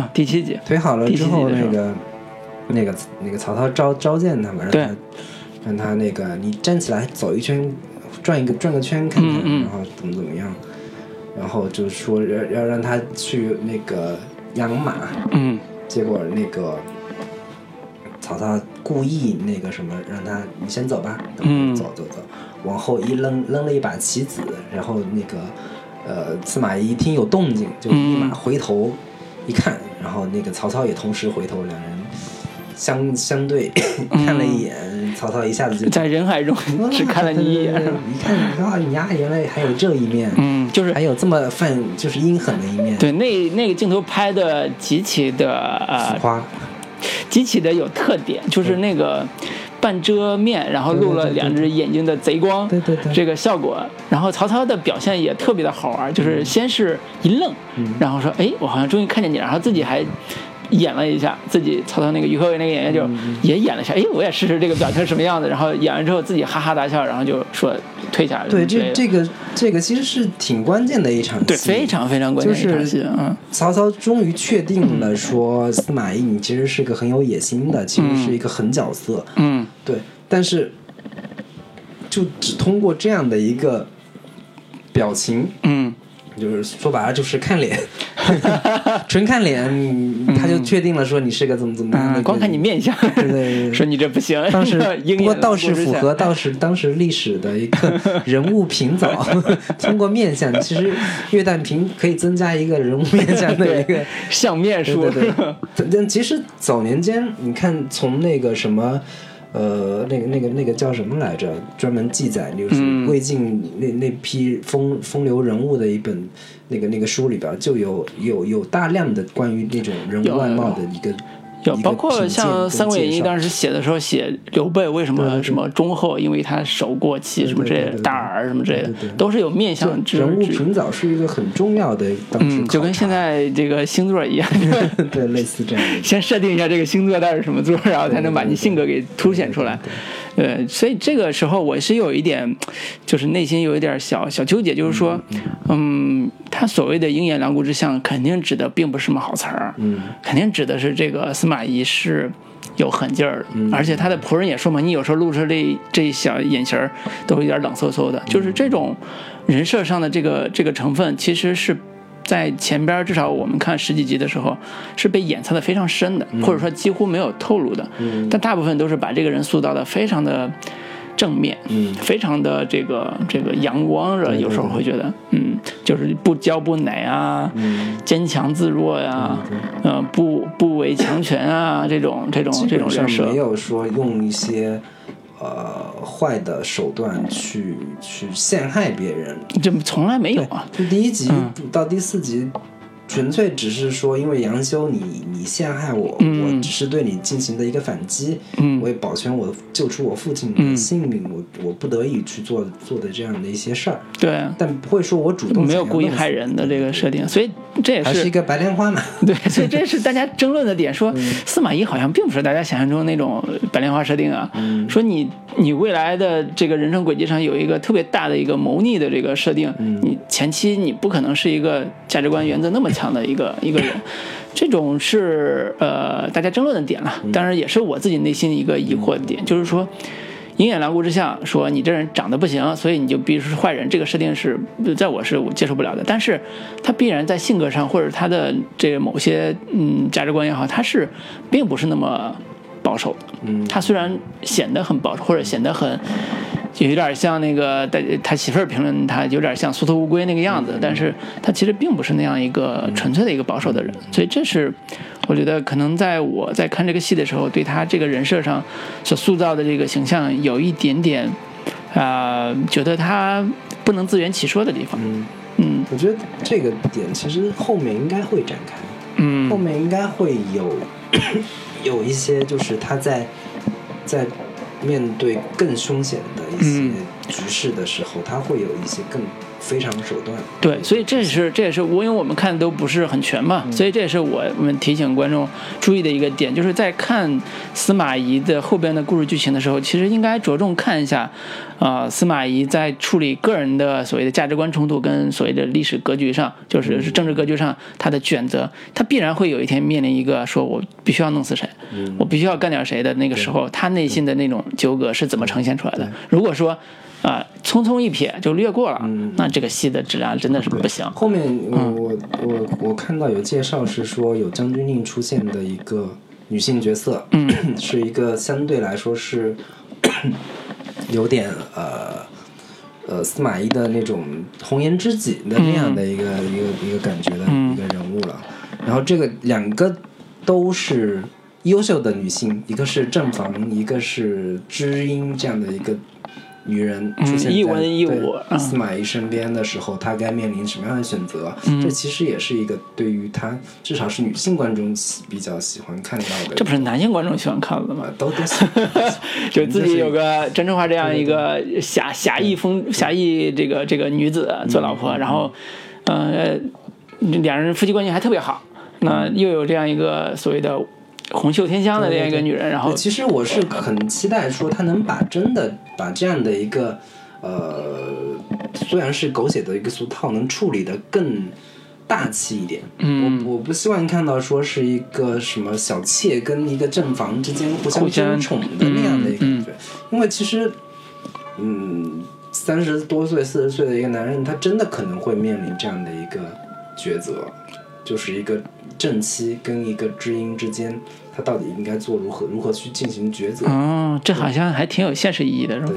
7集腿好了之后，那个曹操召见他们，让他那个你站起来走一圈，转个圈看看，然后怎么样，然后就说要让他去那个养马，结果那个曹操故意那个什么，让他你先走吧，走，往后一扔了一把棋子，然后那个司马懿一听有动静，就立马回头一看，然后那个曹操也同时回头，两人相对看了一眼，曹操一下子就在人海中只看了你一眼， 一看啊，你呀，原来还有这一面， 就是还有这么就是阴狠的一面。 对，那个镜头拍的极其的浮夸， 极其的有特点，就是那个半遮面，然后露了两只眼睛的贼光， 对， 这个效果。然后曹操的表现也特别的好玩，就是先是一愣，然后说，哎，我好像终于看见你，然后自己还演了一下，自己曹操那个于和伟那个演员就也演了一下，哎，我也试试这个表情什么样子，然后演完之后自己哈哈大笑，然后就说退下来。 对，这个其实是挺关键的一场戏， 对，非常非常关键的一场戏。 曹操终于确定了说司马懿你其实是个很有野心的，其实是一个狠角色。对，但是就只通过这样的一个表情，就是说白了就是看脸，纯看脸，他就确定了说你是个怎么样的。 光看你面相， 对， 说你这不行。 不过倒是符合当时历史的一个人物评早，通过面相，其实岳旦平可以增加一个人物面相的一个相面数。 对，但其实早年间你看从那个什么。那个叫什么来着？专门记载就是魏晋那批风流人物的一本那个书里边，就有大量的关于那种人物外貌的一个。 有，包括像《三国演义》当时写的时候，写刘备为什么什么忠厚，因为他守过期什么之类的，大耳什么之类的，都是有面相之。 人物评早是一个很重要的当时就跟现在这个星座一样， 对，类似这样的。 先设定一下这个星座到底是什么座，然后才能把你性格给凸显出来。对，所以这个时候我是有一点，就是内心有一点小纠结，就是说，他所谓的鹰眼两股之相，肯定指的并不是什么好词儿，肯定指的是这个司马懿是有狠劲儿的，而且他的仆人也说嘛，你有时候露出这一小眼神都有点冷飕飕的，就是这种人设上的这个成分，其实是在前边至少我们看十几集的时候是被掩藏的非常深的，或者说几乎没有透露的，但大部分都是把这个人塑造的非常的正面，非常的这个阳光着，有时候会觉得，就是不骄不馁啊，坚强自若呀，不为强权啊，这种人设没有说用一些坏的手段去陷害别人， 这从来没有啊。 就第一集到第4集。纯粹只是说，因为杨修你陷害我，我只是对你进行的一个反击，我也保全救出我父亲的性命，我不得已去做的这样的一些事儿。 对， 但不会说我主动没有故意害人的这个设定，所以这也是还是一个白莲花嘛。 对，所以这是大家争论的点，说司马懿好像并不是大家想象中那种白莲花设定啊，说你未来的这个人生轨迹上有一个特别大的一个谋逆的这个设定，你前期你不可能是一个价值观原则那么强的一个人，这种是大家争论的点了，当然也是我自己内心的一个疑惑的点，就是说鹰眼狼顾之相说你这人长得不行，所以你就必须是坏人，这个设定是在我接受不了的，但是他必然在性格上或者他的这个某些价值观也好，他是并不是那么保守的，他虽然显得很保守，或者显得很就有点像那个他媳妇儿评论他有点像缩头乌龟那个样子，但是他其实并不是那样一个纯粹的一个保守的人，所以这是我觉得可能在我在看这个戏的时候，对他这个人设上所塑造的这个形象有一点点觉得他不能自圆其说的地方。 我觉得这个点其实后面应该会展开，后面应该会有一些就是他在面对更凶险的一些局势的时候，他会有一些更非常手段。 对，所以这也是因为我们看的都不是很全嘛，所以这也是我们提醒观众注意的一个点，就是在看司马懿的后边的故事剧情的时候，其实应该着重看一下司马懿在处理个人的所谓的价值观冲突跟所谓的历史格局上，就是政治格局上他的选择，他必然会有一天面临一个说我必须要弄死谁，我必须要干点谁的那个时候，他内心的那种纠葛是怎么呈现出来的。如果说匆匆一瞥就略过了，那这个戏的质量真的是不行。 后面我看到有介绍是说有将军令出现的一个女性角色，是一个相对来说是有点司马懿的那种红颜知己的那样的一个感觉的一个人物了。然后这个两个都是优秀的女性，一个是正房，一个是知音，这样的一个女人出现一文一武司马懿身边的时候，她该面临什么样的选择？这其实也是一个对于她至少是女性观众比较喜欢看到的。 这不是男性观众喜欢看的吗？ 都喜欢就自己有个甄春华这样一个侠义这个女子做老婆，然后两人夫妻关系还特别好，那又有这样一个所谓的红袖添香的这样一个女人，然后其实我是很期待说她能把这样的一个虽然是狗血的一个俗套，能处理的更大气一点。我不希望看到说是一个什么小妾跟一个正房之间互相争宠的那样的一个感觉，因为其实30多岁40岁的一个男人，他真的可能会面临这样的一个抉择，就是一个正妻跟一个知音之间，他到底应该做如何去进行抉择。 这好像还挺有现实意义的，是吧？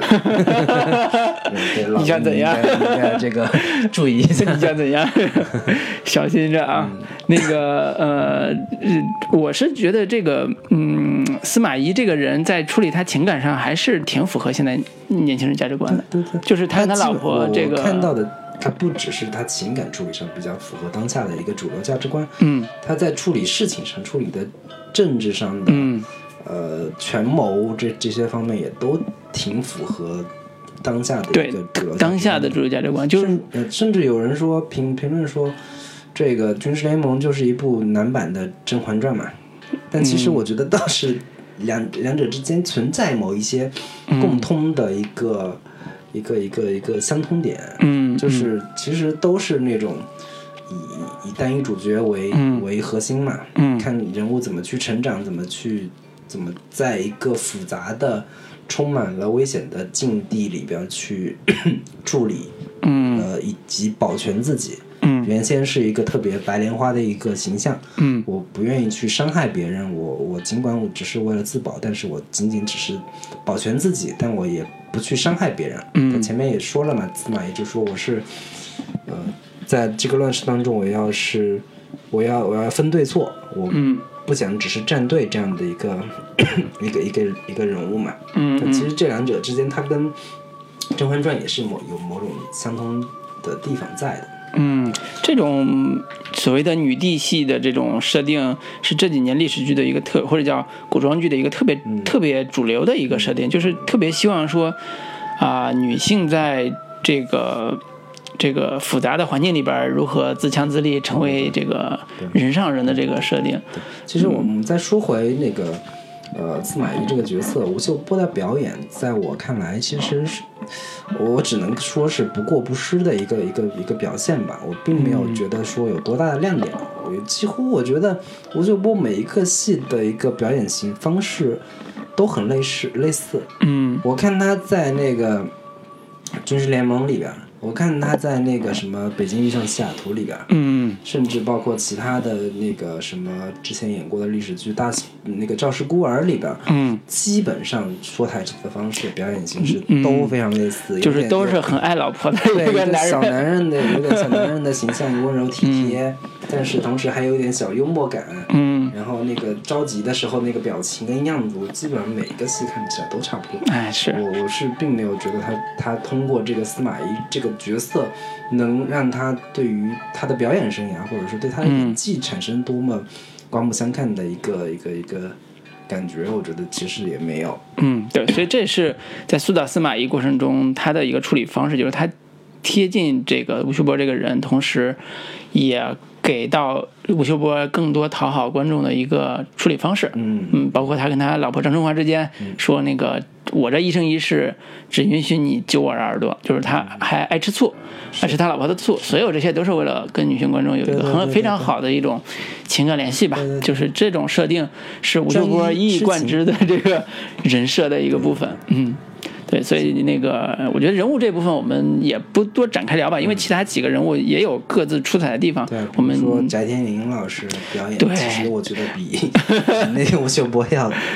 对， 你想怎样？ 应该这个注意一下。 你想怎样？小心着啊！那个我是觉得这个司马懿这个人在处理他情感上还是挺符合现在年轻人价值观的。对，就是他跟他老婆这个我看到的。他不只是他情感处理上比较符合当下的一个主流价值观，他在处理事情上、处理的政治上的，权谋这些方面也都挺符合当下的一个主流当下的主流价值观，就是甚至有人说评论说，这个《军事联盟》就是一部男版的《甄嬛传》嘛，但其实我觉得倒是两者之间存在某一些共通的一个相通点，就是其实都是那种以单一主角为核心嘛，看人物怎么去成长，怎么在一个复杂的充满了危险的境地里边去处理，以及保全自己。原先是一个特别白莲花的一个形象，我不愿意去伤害别人，我尽管我只是为了自保，但是我仅仅只是保全自己，但我也不去伤害别人。他前面也说了嘛，司马懿就说我是在这个乱世当中，我要分对错，我不想只是站队这样的一个人物嘛。其实这两者之间，他跟《甄嬛传》也是有某种相通的地方在的。 这种所谓的女帝系的这种设定是这几年历史剧的一个或者叫古装剧的一个特别主流的一个设定，就是特别希望说女性在这个复杂的环境里边如何自强自立，成为这个人上人的这个设定。 其实我们再说回那个司马懿这个角色，吴秀波的表演，在我看来，其实是我只能说是不过不失的一个表现吧。我并没有觉得说有多大的亮点，几乎我觉得吴秀波每一个戏的一个表演型方式都很类似。我看他在那个《军事联盟》里边，我看他在那个什么《北京遇上西雅图》里边，甚至包括其他的那个什么之前演过的历史剧那个《赵氏孤儿》里边，基本上说台词的方式、表演形式都非常类似， 就是都是很爱老婆的一个男人， 小男人的有点小男人的形象，温柔体贴，但是同时还有一点小幽默感。然后那个着急的时候那个表情跟样子，我基本上每一个戏看起来都差不多。我是并没有觉得他通过这个司马懿这个角色能让他对于他的表演生涯或者说对他的演技产生多么刮目相看的一个感觉，我觉得其实也没有。 对，所以这是在塑造司马懿过程中他的一个处理方式，就是他贴近这个吴秀波这个人，同时也给到吴秀波更多讨好观众的一个处理方式。包括他跟他老婆张春华之间说那个我这一生一世只允许你揪我的耳朵，就是他还爱吃醋，爱吃他老婆的醋，所有这些都是为了跟女性观众有一个非常好的一种情感联系吧。就是这种设定是吴秀波一以贯之的这个人设的一个部分。对，所以那个我觉得人物这部分我们也不多展开聊吧，因为其他几个人物也有各自出彩的地方。我们说翟天临老师表演，其实我觉得比那个吴秀波要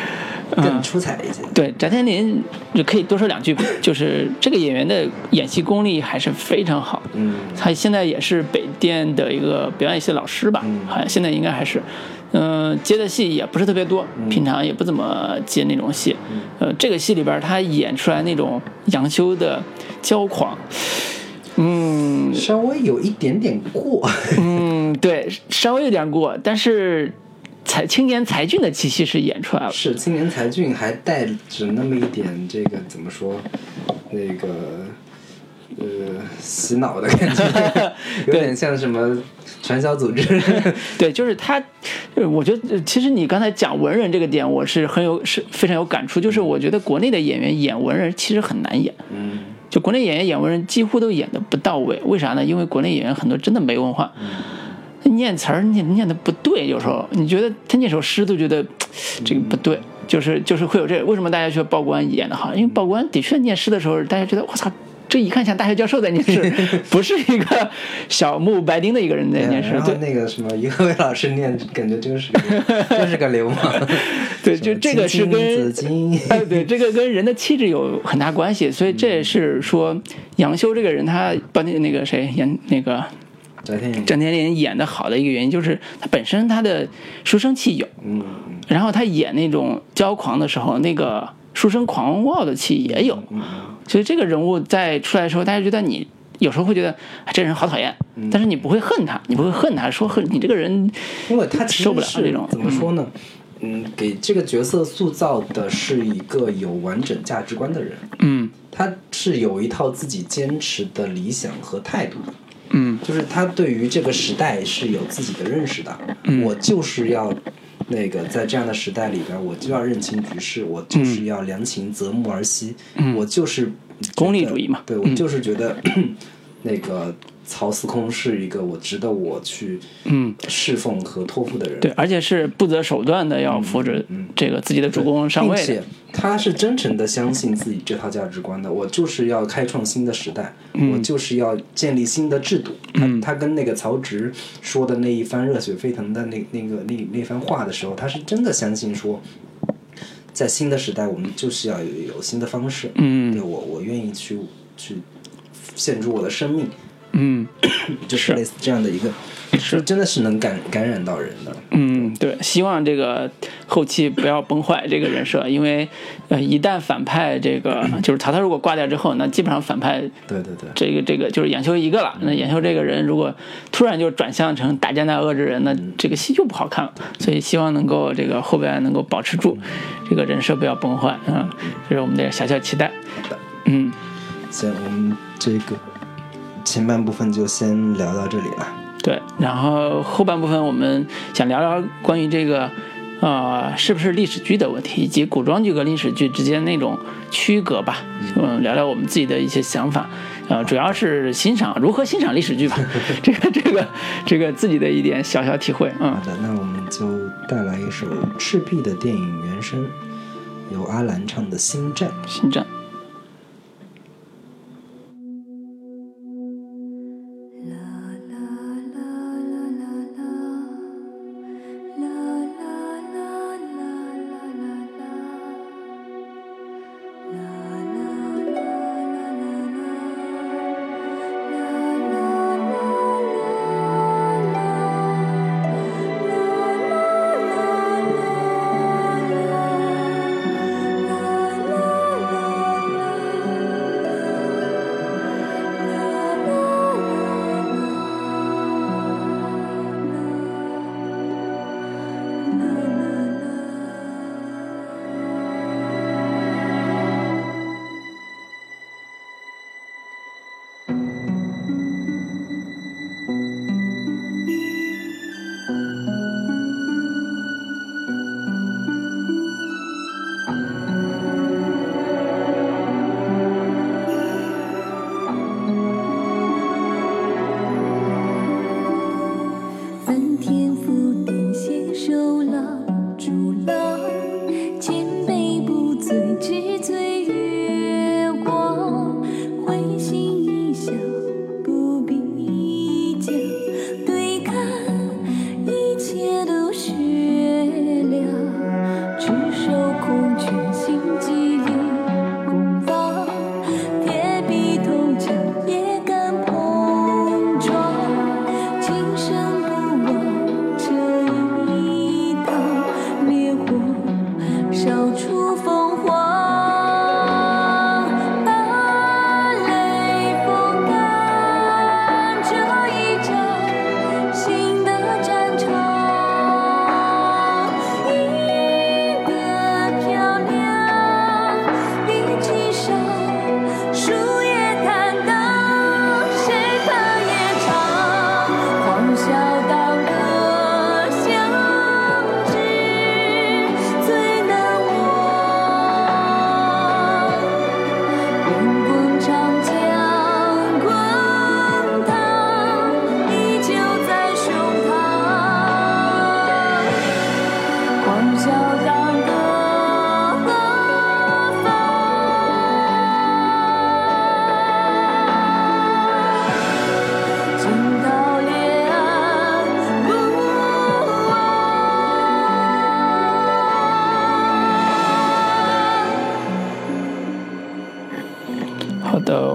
更出彩一些。 对，翟天临就可以多说两句，就是这个演员的演戏功力还是非常好。他现在也是北电的一个表演系老师吧，好像现在应该还是。接的戏也不是特别多，平常也不怎么接那种戏。这个戏里边他演出来那种杨修的骄狂， 稍微有一点点过。 对，稍微有点过，但是青年才俊的气息是演出来了。 是青年才俊还带着那么一点这个怎么说，那个洗脑的感觉，有点像什么传销组织。 对，就是他，我觉得其实你刚才讲文人这个点，我是非常有感触。就是我觉得国内的演员演文人其实很难演。就国内演员演文人几乎都演得不到位，为啥呢？因为国内演员很多真的没文化。念词儿念的不对，有时候你觉得他念首诗都觉得这个不对，就是会有这个。为什么大家觉得鲍官演得好？因为鲍官的确念诗的时候，大家觉得我操，这一看像大学教授在念诗，不是一个小木白丁的一个人在念诗。 然后那个什么于和伟老师念，感觉就是个流氓。 对，就这个是跟对这个跟人的气质有很大关系，所以这也是说杨修这个人他把那个谁演那个。翟天临演的好的一个原因就是他本身他的书生气有，然后他演那种骄狂的时候，那个书生狂傲的气也有，所以这个人物在出来的时候，大家觉得你有时候会觉得这人好讨厌，但是你不会恨他，说你这个人， 因为他受不了这种。 怎么说呢？给这个角色塑造的是一个有完整价值观的人，他是有一套自己坚持的理想和态度的。就是他对于这个时代是有自己的认识的。我就是要那个在这样的时代里边，我就要认清局势，我就是要良禽择木而栖，我就是功利主义嘛。 对，我就是觉得那个曹司空是一个值得我去侍奉和托付的人。 对，而且是不择手段的要扶着这个自己的主公上位的， 并且他是真诚的相信自己这套价值观的。我就是要开创新的时代，我就是要建立新的制度。他跟那个曹植说的那一番热血沸腾的那番话的时候，他是真的相信说，在新的时代我们就是要有新的方式。对，我愿意去献出我的生命。就是类似这样的一个，是真的是能感染到人的。 对，希望这个后期不要崩坏这个人设，因为一旦反派这个就是曹操如果挂掉之后，那基本上反派对这个就是杨修一个了。那杨修这个人如果突然就转向成大奸大恶之人，那这个戏就不好看了。所以希望能够这个后边能够保持住这个人设不要崩坏啊，这是我们的小小期待。 行，我们这个前半部分就先聊到这里了。 对，然后后半部分我们想聊聊关于这个是不是历史剧的问题，以及古装剧和历史剧之间那种区隔吧。聊聊我们自己的一些想法，主要是如何欣赏历史剧吧。这个自己的一点小小体会。 好的，那我们就带来一首赤壁的电影原声，由阿兰唱的《星战》。 星战。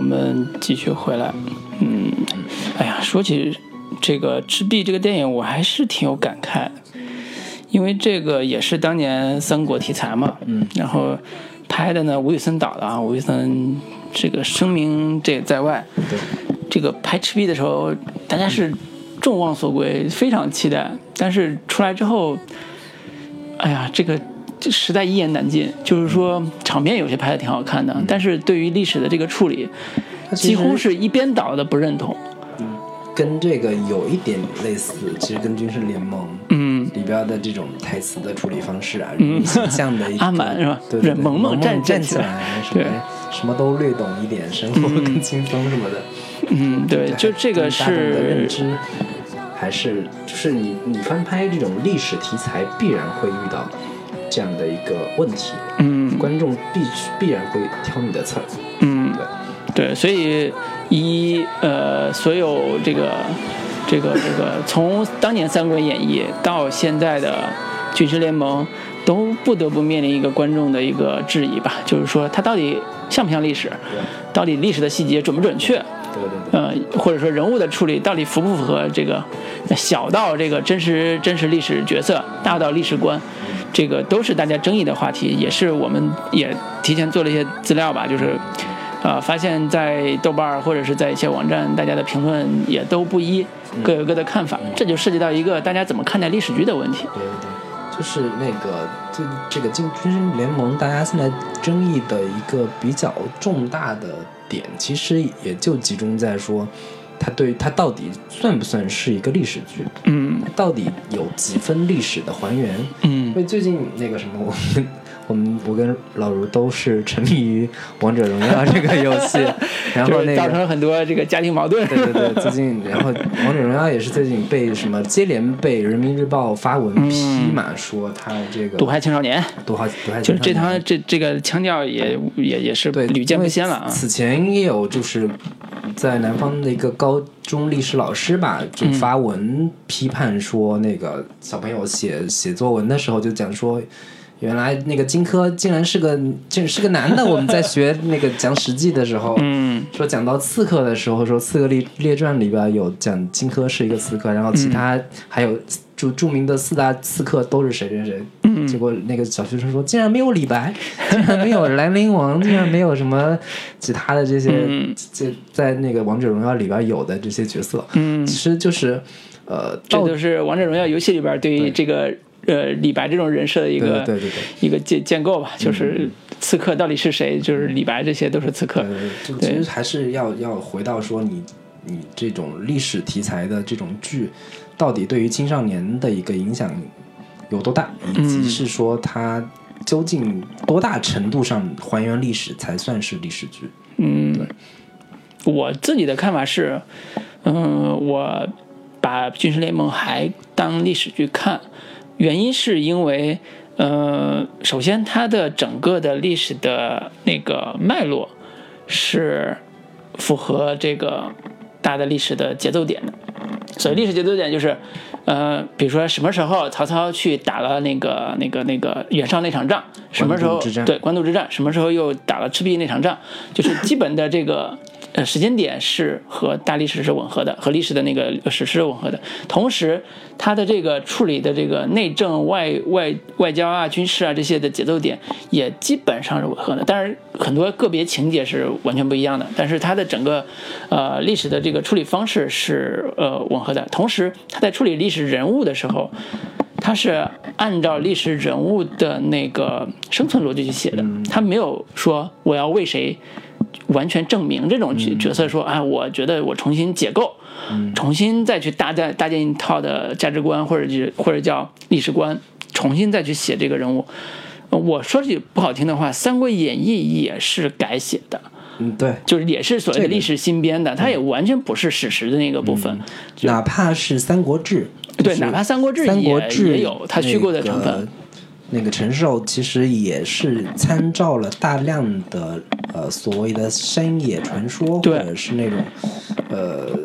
们继续回来。哎呀，说起这个《赤壁》这个电影，我还是挺有感慨，因为这个也是当年三国题材嘛。然后拍的呢，吴宇森导的啊，吴宇森这个声名这在外。 对。 这个拍《赤壁》的时候，大家是众望所归，非常期待。但是出来之后，哎呀，这实在一言难尽。就是说，场面有些拍的挺好看的，但是对于历史的这个处理，几乎是一边倒的不认同。 跟这个有一点类似，其实跟《军事联盟》里边的这种台词的处理方式啊，形象的一个阿满是吧？ 对， 萌萌站起来，什么都略懂一点，生活更轻松什么的。 对，就这个是大众的认知，还是就是你翻拍这种历史题材，必然会遇到这样的一个问题。观众必然会挑你的刺儿。 对，所以所有这个从当年《三国演义》到现在的《军事联盟》，都不得不面临一个观众的一个质疑吧，就是说它到底像不像历史，到底历史的细节准不准确，或者说人物的处理到底符不符合这个小到这个真实历史角色，大到历史观，这个都是大家争议的话题，也是我们也提前做了一些资料吧，就是发现在豆瓣或者是在一些网站，大家的评论也都不一，各有各的看法，这就涉及到一个大家怎么看待历史剧的问题。 对，就是那个这个军事联盟，大家现在争议的一个比较重大的点，其实也就集中在说，它到底算不算是一个历史剧？到底有几分历史的还原？因为最近那个什么我跟老卢都是沉迷于王者荣耀这个游戏，然后造成了很多这个家庭矛盾。 对，最近然后王者荣耀也是最近被什么接连被人民日报发文批嘛，说他这个毒害青少年，就是这个腔调也是屡见不鲜了啊。 此前也有就是在南方的一个高中历史老师吧，就发文批判说，那个小朋友写作文的时候就讲说，原来那个荆轲竟然是个男的。我们在学那个讲史记的时候，说讲到刺客的时候，说刺客列传里边有讲荆轲是一个刺客，然后其他还有著名的4大刺客都是谁。结果那个小学生说，竟然没有李白，竟然没有兰陵王，竟然没有什么其他的这些在那个王者荣耀里边有的这些角色。其实就是这就是王者荣耀游戏里边对于这个李白这种人设的一个一个建构吧，就是刺客到底是谁，就是李白，这些都是刺客。 其实还是要回到说你这种历史题材的这种剧，到底对于青少年的一个影响有多大，以及是说它究竟多大程度上还原历史才算是历史剧。对， 我自己的看法是，我把《军事联盟》还当历史剧看。原因是因为，首先它的整个的历史的那个脉络是符合这个大的历史的节奏点的。所以历史节奏点就是，比如说什么时候曹操去打了那个袁绍那场仗，什么时候对官渡之战，什么时候又打了赤壁那场仗，就是基本的这个时间点是和大历史是吻合的，和历史的那个史诗吻合的。同时，它的这个处理的这个内政、外交啊、军事啊这些的节奏点也基本上是吻合的。但是很多个别情节是完全不一样的，但是它的整个历史的这个处理方式是吻合的。同时，它在处理历史人物的时候，它是按照历史人物的那个生存逻辑去写的，它没有说我要为谁完全证明这种角色说我觉得我重新解构，重新再去搭建一套的价值观或者叫历史观，重新再去写这个人物。我说句不好听的话，《三国演义》也是改写的。 对， 就是也是所谓的历史新编的，它也完全不是史实的那个部分。 哪怕是《三国志》， 对，哪怕《三国志》也有它虚构的成分。 那个陈寿其实也是参照了大量的所谓的山野传说，或者是那种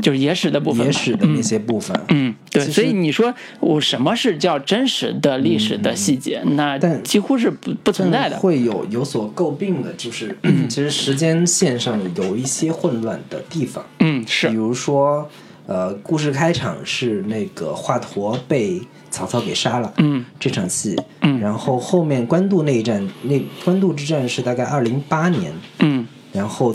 就是野史的部分， 野史的那些部分。 对，所以你说我什么是叫真实的历史的细节，那几乎是不存在的。 会有所诟病的，就是其实时间线上有一些混乱的地方。 是， 比如说故事开场是那个华佗被曹操给杀了，这场戏，然后后面官渡那一战，官渡之战是大概2008年，然后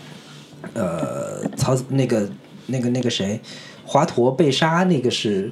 那个谁，华佗被杀那个是，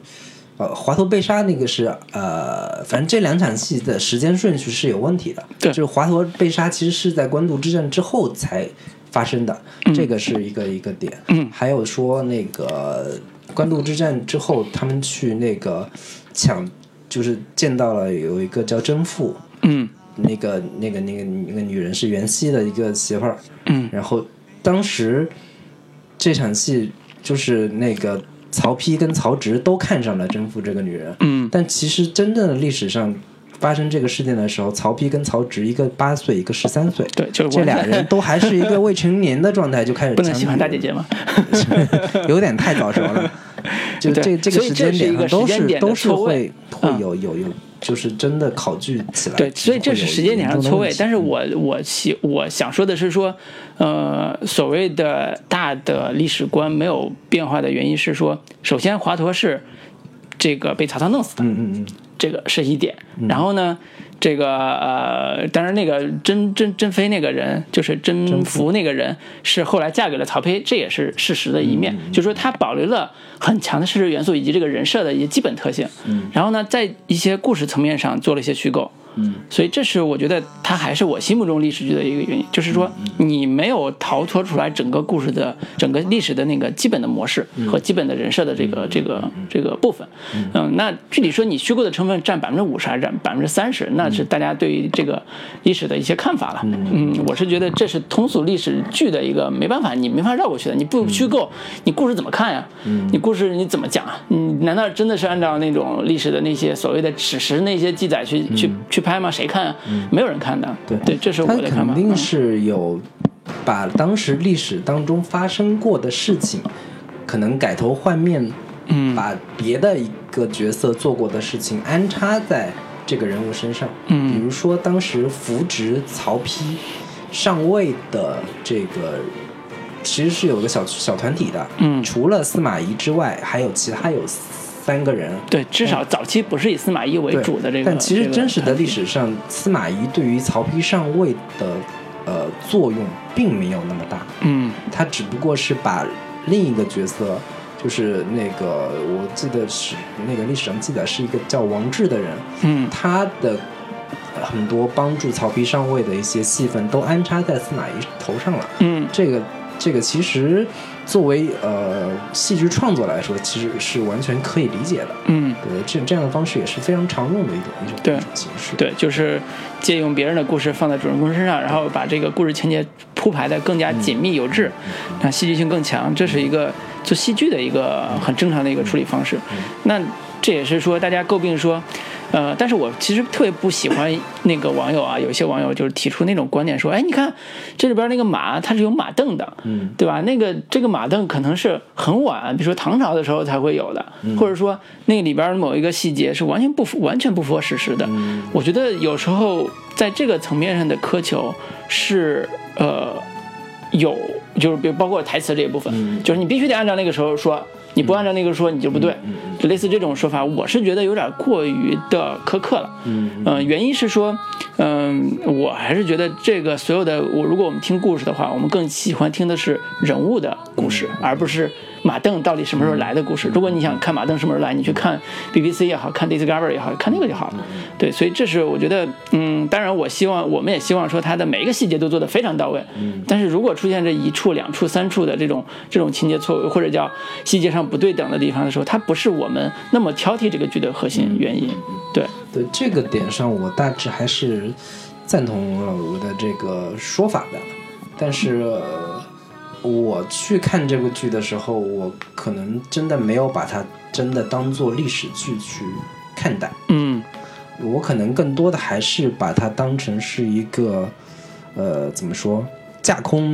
反正这两场戏的时间顺序是有问题的。 对， 就是华佗被杀其实是在官渡之战之后才发生的，这个是一个点。还有说那个官渡之战之后，他们去那个就是见到了有一个叫甄宓，那个女人是袁熙的一个媳妇儿，然后当时这场戏就是那个曹丕跟曹植都看上了甄宓这个女人，但其实真正的历史上发生这个事件的时候，曹丕跟曹植一个8岁，一个13岁， 对，就是这俩人都还是一个未成年的状态就开始不能喜欢大姐姐吗？ 有点太早熟了。就这个时间点都是会有，就是真的考据起来。 对，所以这是时间点上错位。但是我想说的是说，所谓的大的历史观没有变化的原因是说，首先华佗是这个被曹操弄死的，这个是一点。然后呢，这个当然那个甄妃那个人，就是甄宓那个人，是后来嫁给了曹丕，这也是事实的一面。就是说他保留了很强的事实元素以及这个人设的一些基本特性。然后呢，在一些故事层面上做了一些虚构。所以这是我觉得它还是我心目中历史剧的一个原因，就是说你没有逃脱出来整个故事的整个历史的那个基本的模式和基本的人设的这个部分。那具体说你虚构的成分占50%还是占30%，那是大家对于这个历史的一些看法了。我是觉得这是通俗历史剧的一个没办法，你没法绕过去的。你不虚构，你故事怎么看呀？你故事你怎么讲？你难道真的是按照那种历史的那些所谓的史实那些记载去拍吗？谁看啊？没有人看的。对，这是我的看法。 他肯定是有把当时历史当中发生过的事情，可能改头换面，把别的一个角色做过的事情安插在这个人物身上。比如说当时扶植曹丕上位的这个，其实是有个小团体的。除了司马懿之外，还有其他有3个人。 对，至少早期不是以司马懿为主的这个。 但其实真实的历史上，司马懿对于曹丕上位的作用并没有那么大。他只不过是把另一个角色，就是那个我记得是那个历史上记载是一个叫王志的人，他的很多帮助曹丕上位的一些戏份都安插在司马懿头上了。这个其实作为戏剧创作来说，其实是完全可以理解的。对，这样的方式也是非常常用的一种形式。 对，就是借用别人的故事放在主人公身上，然后把这个故事情节铺排的更加紧密有致，让戏剧性更强。这是一个做戏剧的一个很正常的一个处理方式。那这也是说大家诟病说。但是我其实特别不喜欢那个网友啊，有一些网友就是提出那种观点说，哎，你看这里边那个马它是有马镫的，对吧？这个马镫可能是很晚，比如说唐朝的时候才会有的，或者说那里边某一个细节是完全不符合史实的。我觉得有时候在这个层面上的苛求是有，就是比如包括台词这一部分，就是你必须得按照那个时候说。你不按照那个说，你就不对，就类似这种说法，我是觉得有点过于的苛刻了。原因是说，我还是觉得这个所有的如果我们听故事的话，我们更喜欢听的是人物的故事，而不是马镫到底什么时候来的故事。如果你想看马镫什么时候来，你去看 BBC 也好看 Discovery 也好看那个就好了。对，所以这是我觉得，当然我们也希望说它的每一个细节都做得非常到位。但是如果出现这1处、2处、3处的这种情节错误，或者叫细节上不对等的地方的时候，它不是我们那么挑剔这个剧的核心原因。对， 这个点上我大致还是赞同老卢的这个说法的。但是我去看这部剧的时候，我可能真的没有把它真的当做历史剧去看待。我可能更多的还是把它当成是一个怎么说，架空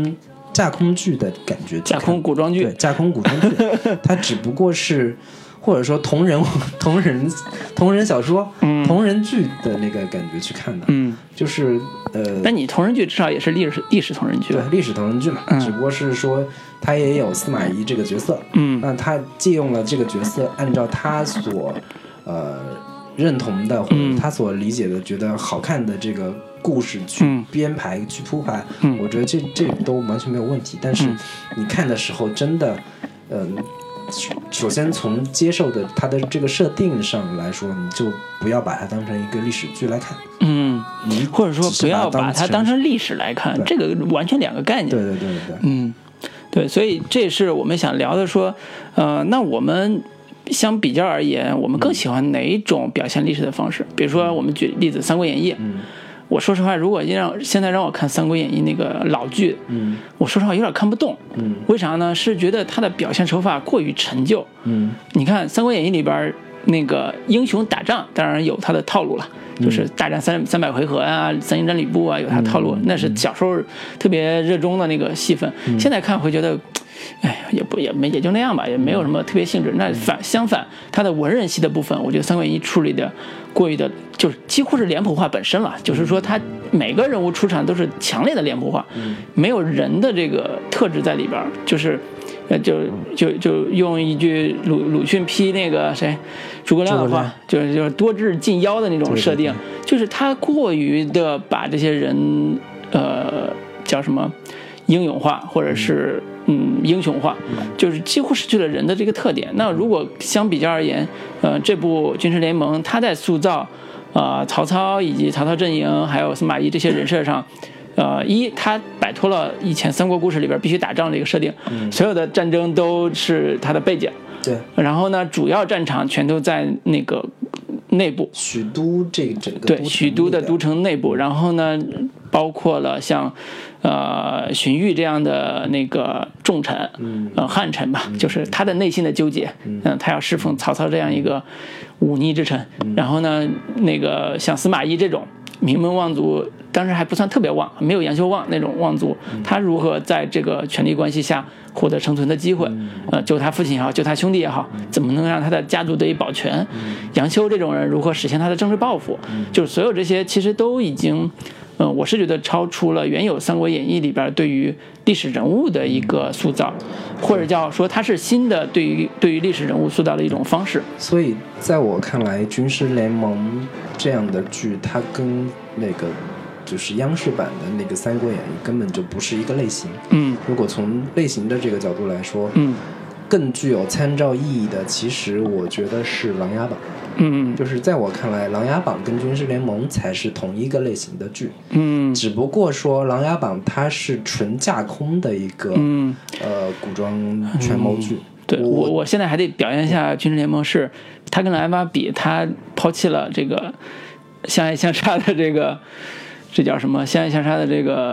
架空剧的感觉， 架空古装剧， 对，架空古装剧，它只不过是或者说同人小说、同人剧的那个感觉去看的，就是但你同人剧至少也是历史同人剧， 对，历史同人剧嘛，只不过是说他也有司马懿这个角色，那他借用了这个角色，按照他所认同的或者他所理解的觉得好看的这个故事去编排、去铺排，我觉得这都完全没有问题。但是你看的时候，真的，首先从接受的它的这个设定上来说，你就不要把它当成一个历史剧来看， 或者说不要把它当成历史来看，这个完全两个概念。 对， 对，所以这是我们想聊的说，那我们相比较而言，我们更喜欢哪一种表现历史的方式？比如说，我们举例子《三国演义》，我说实话，如果现在让我看《三国演义》那个老剧，我说实话有点看不动，为啥呢？是觉得它的表现手法过于陈旧，你看《三国演义》里边那个英雄打仗，当然有他的套路了。就是大战300回合啊，三英战吕布啊，有他套路，那是小时候特别热衷的那个戏份。现在看会觉得，哎，也就那样吧，也没有什么特别性质。那相反，他的文人戏的部分，我觉得《三国演义》处理的过于的，就是几乎是脸谱化本身了。就是说，他每个人物出场都是强烈的脸谱化，没有人的这个特质在里边，就是。就用一句鲁迅批那个谁诸葛亮的话，就是多智近妖的那种设定，就是他过于的把这些人叫什么英勇化，或者是英雄化，就是几乎失去了人的这个特点。那如果相比较而言，这部军事联盟他在塑造曹操以及曹操阵营还有司马懿这些人设上。他摆脱了以前三国故事里边必须打仗这个设定，所有的战争都是他的背景。 对， 然后呢，主要战场全都在那个内部， 许都这整个对许都的都城内部。然后呢，包括了像荀彧这样的那个重臣，汉臣吧，就是他的内心的纠结，他要侍奉曹操这样一个忤逆之臣。然后呢，那个像司马懿这种名门望族，当时还不算特别旺，没有杨修旺那种望族，他如何在这个权力关系下获得生存的机会？救他父亲也好，救他兄弟也好，怎么能让他的家族得以保全？杨修这种人如何实现他的政治抱负？就是所有这些其实都已经，我是觉得超出了原有《三国演义》里边对于历史人物的一个塑造，或者叫说它是新的对于历史人物塑造的一种方式。 所以在我看来，《军师联盟》这样的剧，它跟那个就是央视版的那个《三国演义》根本就不是一个类型。如果从类型的这个角度来说，更具有参照意义的，其实我觉得是《琅琊榜》。就是在我看来，《琅琊榜》跟《军事联盟》才是同一个类型的剧。只不过说，《琅琊榜》它是纯架空的一个古装权谋剧。 对，我现在还得表扬一下《军事联盟》，是它跟《琅琊榜》比，它抛弃了这个相爱相杀的这个。这叫什么？相爱相杀的这个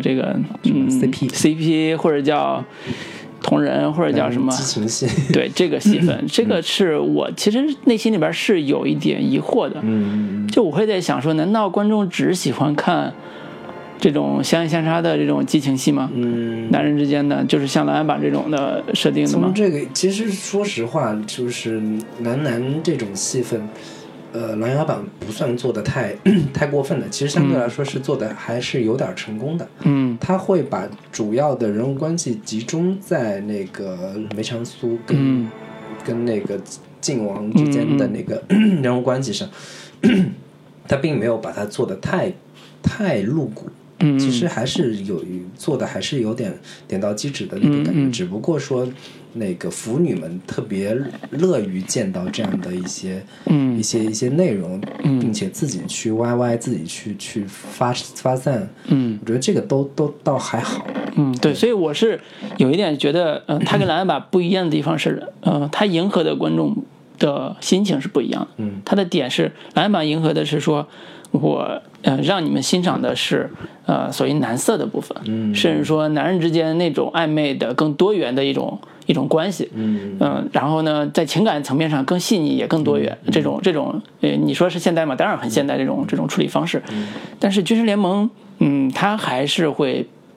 CP 或者叫同人，或者叫什么激情戏？ 对，这个戏份，这个是我其实内心里边是有一点疑惑的。就我会在想说，难道观众只喜欢看这种相爱相杀的这种激情戏吗？男人之间的，就是像《琅琊榜》这种的设定的吗？ 从这个其实说实话，就是男这种戏份。《琅琊榜》不算做的太过分的，其实相对来说是做的还是有点成功的。他会把主要的人物关系集中在那个梅长苏跟那个靖王之间的那个人物关系上，他并没有把它做的太露骨。其实还是做的还是有点点到即止的那个感觉，只不过说那个腐女们特别乐于见到这样的一些内容，并且自己去 YY 自己去发散。我觉得这个都倒还好。 对，所以我是有一点觉得，他跟《琅琊榜》不一样的地方是，他迎合的观众的心情是不一样的。他的点是，《琅琊榜》迎合的是说，我让你们欣赏的是所谓男色的部分，甚至说男人之间那种暧昧的更多元的一种关系，然后呢，在情感层面上更细腻也更多元，这种你说是现代嘛？当然很现代这种处理方式，但是军事联盟，它还是会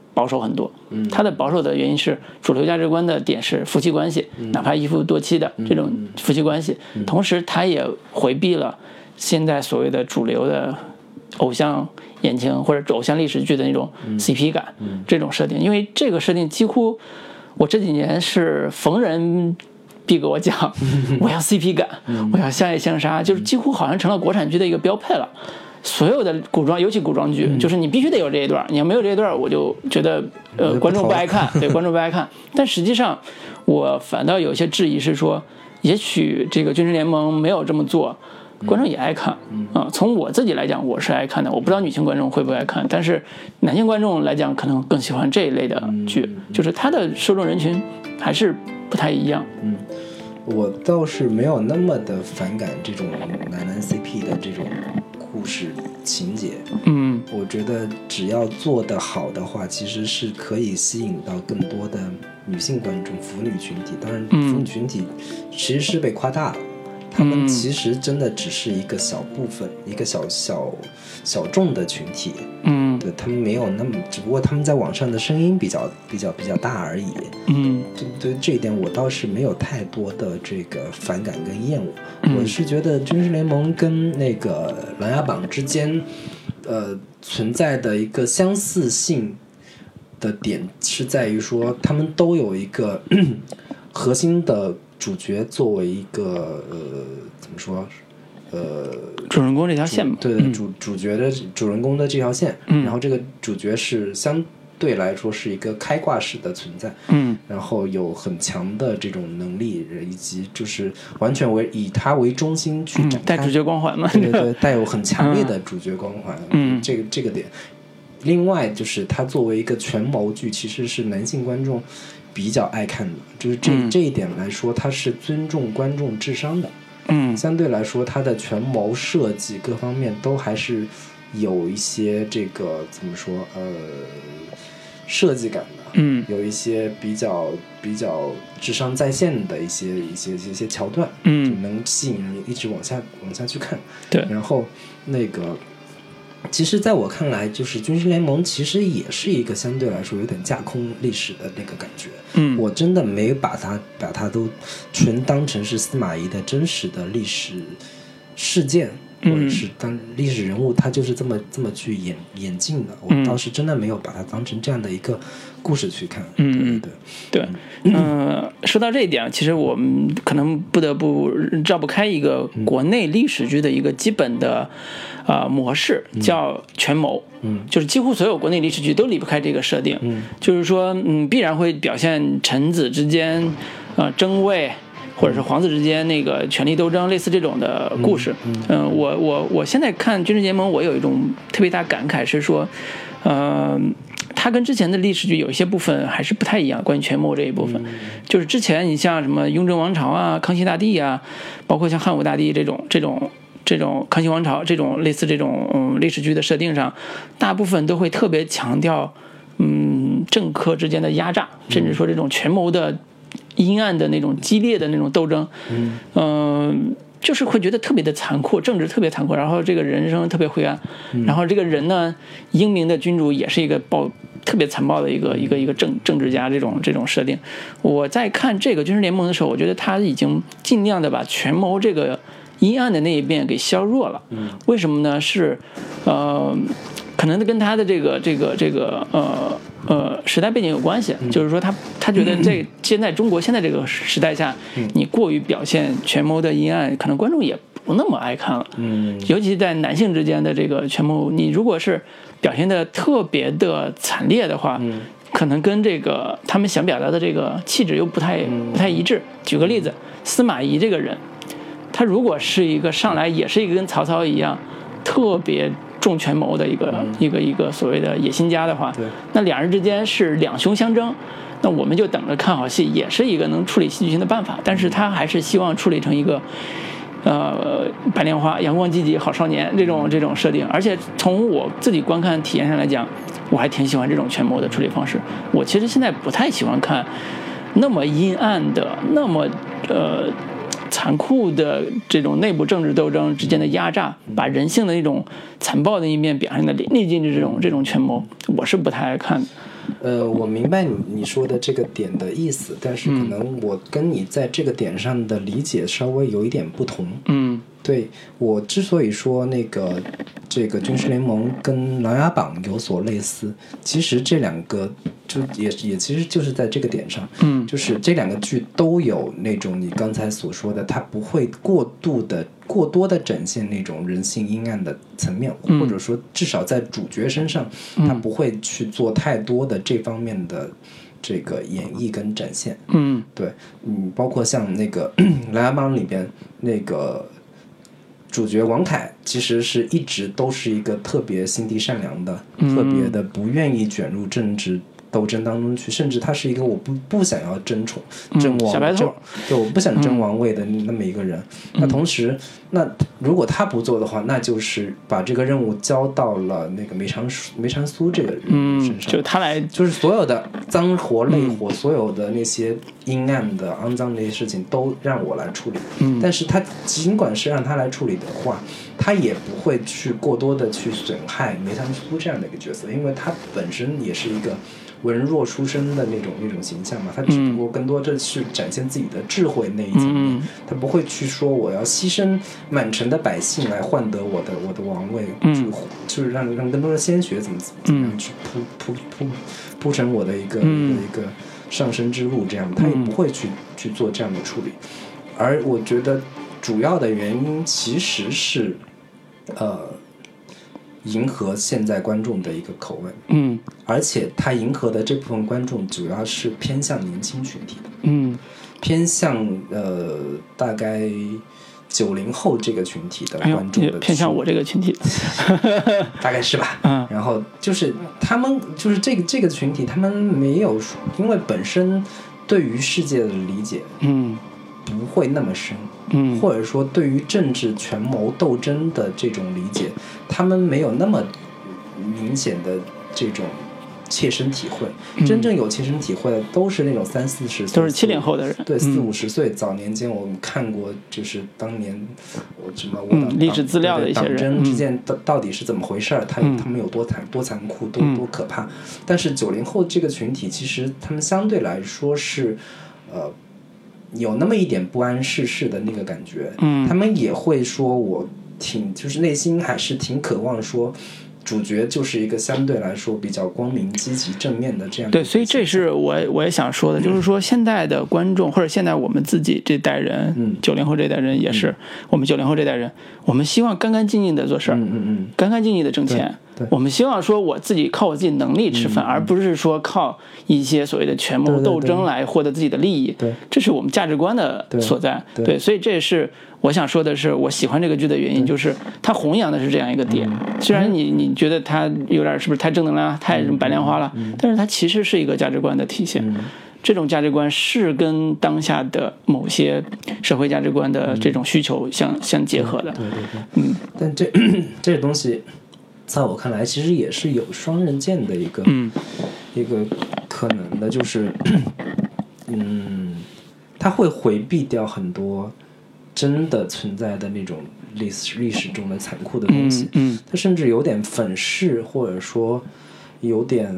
保守很多。他的保守的原因是主流价值观的点是夫妻关系，哪怕一夫多妻的这种夫妻关系，同时他也回避了现在所谓的主流的偶像言情或者偶像历史剧的那种 CP 感这种设定，因为这个设定几乎我这几年是逢人必给我讲我要 CP 感，我要相爱相杀，就是几乎好像成了国产剧的一个标配了。所有的古装，尤其古装剧，就是你必须得有这一段，你要没有这一段，我就觉得观众不爱看，对，观众不爱看。但实际上，我反倒有些质疑是说，也许这个军事联盟没有这么做，观众也爱看啊。从我自己来讲，我是爱看的，我不知道女性观众会不会爱看，但是男性观众来讲，可能更喜欢这一类的剧，就是它的受众人群还是不太一样。 我倒是没有那么的反感这种男 CP 的这种故事情节，我觉得只要做得好的话，其实是可以吸引到更多的女性观众、腐女群体。当然，腐女群体其实是被夸大了，他们其实真的只是一个小部分，一个小众的群体。对，他们没有那么，只不过他们在网上的声音比较大而已。对这一点我倒是没有太多的这个反感跟厌恶。我是觉得军事联盟跟那个琅琊榜之间存在的一个相似性的点是在于说，他们都有一个核心的主角作为一个怎么说主人公这条线嘛， 对的，主角的主人公的这条线，然后这个主角是相对来说是一个开挂式的存在，然后有很强的这种能力，以及就是完全以他为中心去展开， 带主角光环嘛， 对，带有很强烈的主角光环，这个点。另外就是他作为一个权谋剧，其实是男性观众比较爱看的，就是这一点来说，他是尊重观众智商的。相对来说，它的权谋设计各方面都还是有一些这个怎么说设计感的，有一些比较智商在线的一些桥段，就能吸引人一直往下去看。 对， 然后那个。其实在我看来，就是军事联盟其实也是一个相对来说有点架空历史的那个感觉。我真的没把它都纯当成是司马懿的真实的历史事件，或者是当历史人物，他就是这么去演进的。我倒是真的没有把它当成这样的一个故事去看。 对，说到这一点，其实我们可能不得不绕不开一个国内历史剧的一个基本的模式，叫权谋。就是几乎所有国内历史剧都离不开这个设定。就是说，必然会表现臣子之间争位，或者是皇子之间那个权力斗争，类似这种的故事。我现在看军事联盟，我有一种特别大感慨是说，它跟之前的历史剧有一些部分还是不太一样，关于权谋这一部分。就是之前你像什么雍正王朝啊、康熙大帝啊，包括像汉武大帝这种康熙王朝这种类似这种历史剧的设定上，大部分都会特别强调政客之间的压榨，甚至说这种权谋的阴暗的那种激烈的那种斗争，就是会觉得特别的残酷，政治特别残酷，然后这个人生特别灰暗，然后这个人呢，英明的君主也是一个特别残暴的一个政治家，这种设定。我在看这个军事联盟的时候，我觉得他已经尽量的把权谋这个阴暗的那一面给削弱了。为什么呢？是可能跟他的这个时代背景有关系，就是说他觉得现在中国现在这个时代下，你过于表现权谋的阴暗，可能观众也不那么爱看了。尤其在男性之间的这个权谋，你如果是表现的特别的惨烈的话，可能跟这个他们想表达的这个气质又不太一致。举个例子，司马懿这个人，他如果是一个上来也是一个跟曹操一样特别重权谋的一个所谓的野心家的话，那两人之间是两雄相争，那我们就等着看好戏，也是一个能处理戏剧性的办法。但是他还是希望处理成一个白莲花、阳光积极好少年这种设定。而且从我自己观看体验上来讲，我还挺喜欢这种权谋的处理方式。我其实现在不太喜欢看那么阴暗的、那么残酷的这种内部政治斗争之间的压榨，把人性的那种残暴的一面表现的淋漓尽致，这种权谋，我是不太爱看的。 我明白你说的这个点的意思，但是可能我跟你在这个点上的理解稍微有一点不同。对，我之所以说这个军事联盟跟琅琊榜有所类似，其实这两个就也其实就是在这个点上，就是这两个剧都有那种你刚才所说的，它不会过多的展现那种人性阴暗的层面，或者说至少在主角身上，它不会去做太多的这方面的这个演绎跟展现。对，包括像那个琅琊榜里边那个主角王凯，其实是一直都是一个特别心地善良的，特别的不愿意卷入政治斗争当中去，甚至他是一个我不想要争王， 小白兔， 对，我不想争王位的那么一个人。那同时，那如果他不做的话，那就是把这个任务交到了那个梅长苏这个人身上， 就他来， 就是所有的脏活累活，所有的那些阴暗的肮脏的那些事情都让我来处理。但是他尽管是让他来处理的话，他也不会去过多的去损害梅长苏这样的一个角色，因为他本身也是一个文弱书生的那种形象嘛，他只不过更多的是展现自己的智慧那一层面，他不会去说我要牺牲满城的百姓来换得我的王位，就是让更多的鲜血怎么样去铺成我的一个上升之路，这样他也不会去做这样的处理。而我觉得主要的原因其实是迎合现在观众的一个口味，而且他迎合的这部分观众主要是偏向年轻群体的，偏向大概90后这个群体的观众的， 偏向我这个群体， 大概是吧？然后就是他们就是这个群体，他们没有因为本身对于世界的理解，不会那么深，或者说对于政治权谋斗争的这种理解，他们没有那么明显的这种切身体会。真正有切身体会的都是那种30-40岁， 都是70后的人， 对，40-50岁。早年间我们看过，就是当年什么历史资料的一些人， 党争之间到底是怎么回事，他们有多残酷，多可怕。但是90后这个群体，其实他们相对来说是有那么一点不谙世事的那个感觉，他们也会说我就是内心还是挺渴望说主角就是一个相对来说比较光明积极正面的这样。 对，所以这是我也想说的，就是说现在的观众或者现在我们自己这代人，90后这代人也是，我们90后这代人，我们希望干干净净的做事儿，干干净净的挣钱。我们希望说我自己靠我自己能力吃饭，而不是说靠一些所谓的权谋斗争来获得自己的利益。 对， 这是我们价值观的所在。对，所以这也是我想说的是，我喜欢这个剧的原因，就是它弘扬的是这样一个点。虽然你觉得它有点是不是太正能量、太什么白莲花了，但是它其实是一个价值观的体现。这种价值观是跟当下的某些社会价值观的这种需求相结合的。 对。但这东西，在我看来，其实也是有双刃剑的一个可能的，就是它会回避掉很多真的存在的那种历史中的残酷的东西，它甚至有点粉饰，或者说有点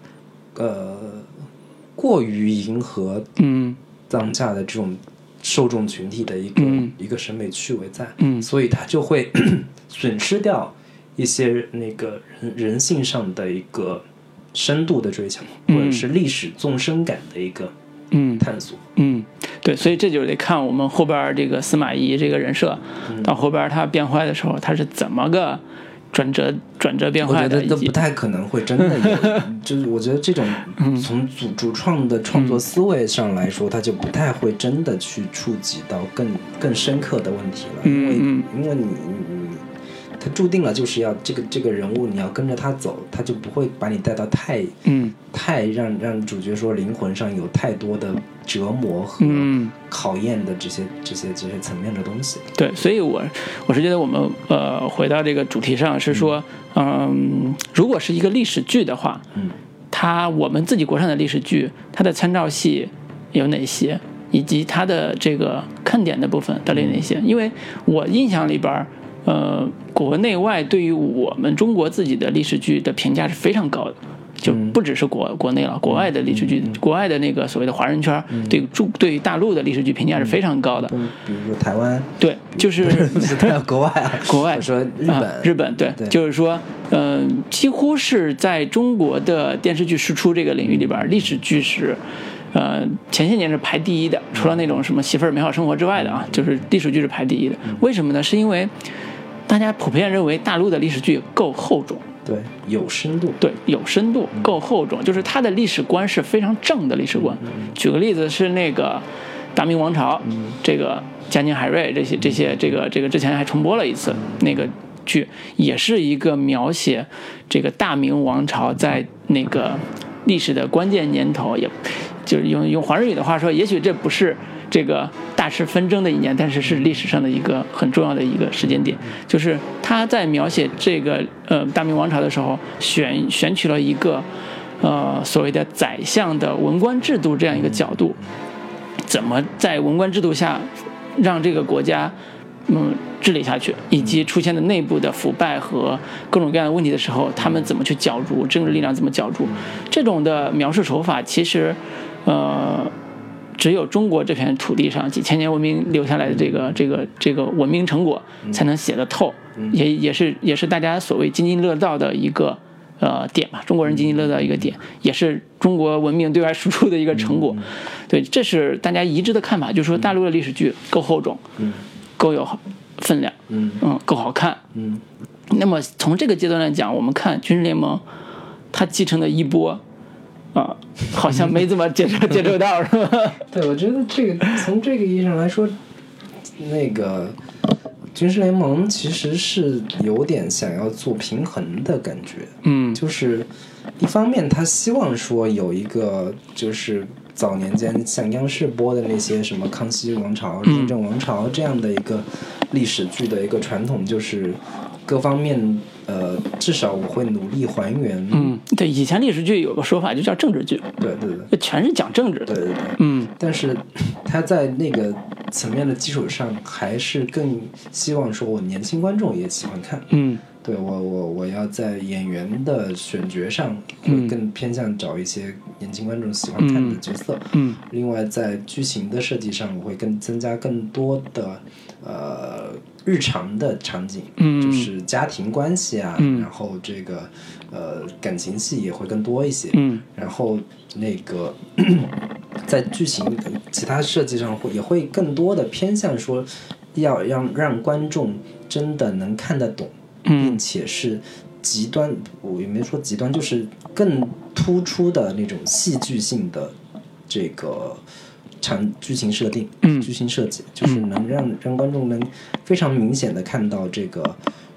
过于迎合当下的这种受众群体的一个审美趣味在，所以它就会损失掉一些那个人性上的一个深度的追求，或者是历史纵深感的一个探索。 对，所以这就得看我们后边这个司马懿这个人设，到后边他变坏的时候，他是怎么个转折变坏的。 我觉得都不太可能会真的有，就是我觉得这种从主创的创作思维上来说，他就不太会真的去触及到更深刻的问题了，因为你他注定了就是要这个人物你要跟着他走，他就不会把你带到太让主角说灵魂上有太多的折磨和考验的这些层面的东西。 对，所以我是觉得我们回到这个主题上是说，如果是一个历史剧的话，我们自己国产的历史剧，它的参照系有哪些，以及它的这个看点的部分到底有哪些？因为我印象里边国内外对于我们中国自己的历史剧的评价是非常高的， 就不只是国内了，国外的历史剧，国外的那个所谓的华人圈，对于大陆的历史剧评价是非常高的。 比如说台湾， 对，就是国外啊， 国外， 我说日本， 对，就是说，几乎是在中国的电视剧输出这个领域里边，历史剧是。前些年是排第一的，除了那种什么媳妇儿美好生活之外的啊，就是历史剧是排第一的。为什么呢？是因为大家普遍认为大陆的历史剧够厚重， 对，有深度， 对，有深度，够厚重，就是它的历史观是非常正的历史观。举个例子是那个大明王朝，这个嘉靖海瑞这些这个之前还重播了一次那个剧，也是一个描写这个大明王朝在那个历史的关键年头，也就是用黄日语的话说，也许这不是这个大事纷争的一年，但是是历史上的一个很重要的一个时间点。就是他在描写这个大明王朝的时候，选取了一个所谓的宰相的文官制度这样一个角度，怎么在文官制度下让这个国家治理下去，以及出现的内部的腐败和各种各样的问题的时候，他们怎么去角逐，政治力量怎么角逐，这种的描述手法其实只有中国这片土地上几千年文明留下来的这个文明成果才能写得透，也是大家所谓津津乐道的一个点吧，中国人津津乐道的一个点，也是中国文明对外输出的一个成果。对，这是大家一致的看法，就是说大陆的历史剧够厚重，够有分量，够好看。那么从这个阶段来讲，我们看军事联盟它继承的衣钵好像没怎么接受到，是吧？ 对，我觉得从这个意义上来说，那个军事联盟其实是有点想要做平衡的感觉。就是一方面他希望说有一个就是早年间像央视播的那些什么康熙王朝、雍正王朝这样的一个历史剧的一个传统，就是各方面至少我会努力还原。 对，以前历史剧有个说法就叫政治剧， 对， 全是讲政治的。 对，但是他在那个层面的基础上，还是更希望说我年轻观众也喜欢看。对，我要在演员的选角上会更偏向找一些年轻观众喜欢看的角色。另外在剧情的设计上，我会增加更多的日常的场景，就是家庭关系啊，然后这个感情戏也会更多一些。然后那个在剧情其他设计上也会更多的偏向说要让观众真的能看得懂。并且是极端，我也没说极端，就是更突出的那种戏剧性的这个剧情设定，剧情设计，就是能让观众能非常明显的看到这个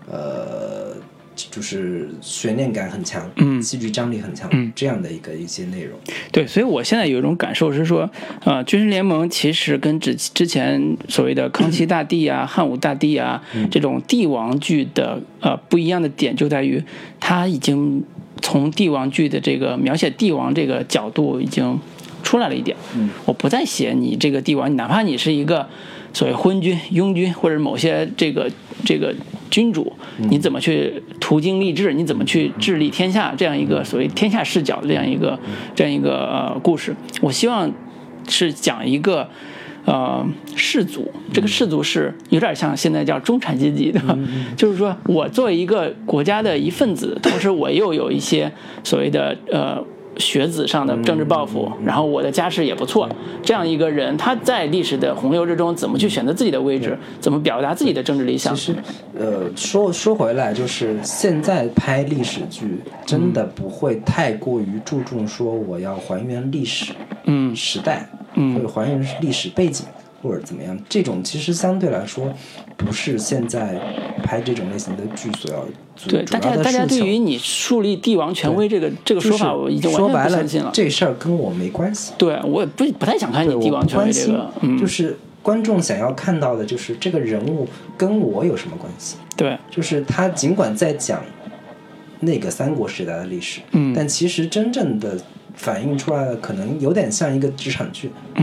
就是悬念感很强，戏剧张力很强，这样的一些内容。 对，所以我现在有一种感受是说，军事联盟其实跟之前所谓的康熙大帝啊、汉武大帝啊这种帝王剧的不一样的点就在于，它已经从帝王剧的这个描写帝王这个角度已经出来了一点。我不再写你这个帝王，哪怕你是一个所谓昏君、庸君，或者某些这个君主，你怎么去途经励志，你怎么去治理天下，这样一个所谓天下视角的这样一个故事。我希望是讲一个士族，这个士族是有点像现在叫中产阶级的，就是说我作为一个国家的一份子，同时我又有一些所谓的学子上的政治抱负，然后我的家世也不错，这样一个人他在历史的洪流之中怎么去选择自己的位置，怎么表达自己的政治理想。 其实说回来，就是现在拍历史剧真的不会太过于注重说我要还原历史时代，或者还原历史背景或者怎么样，这种其实相对来说不是现在拍这种类型的剧所要对大家对于你树立帝王权威这个说法，我已经完全不相信了。 这事儿跟我没关系。 对，我也不太想看你帝王权威这个。 就是观众想要看到的就是这个人物跟我有什么关系。 对， 就是他尽管在讲那个三国时代的历史，但其实真正的反映出来的可能有点像一个职场剧。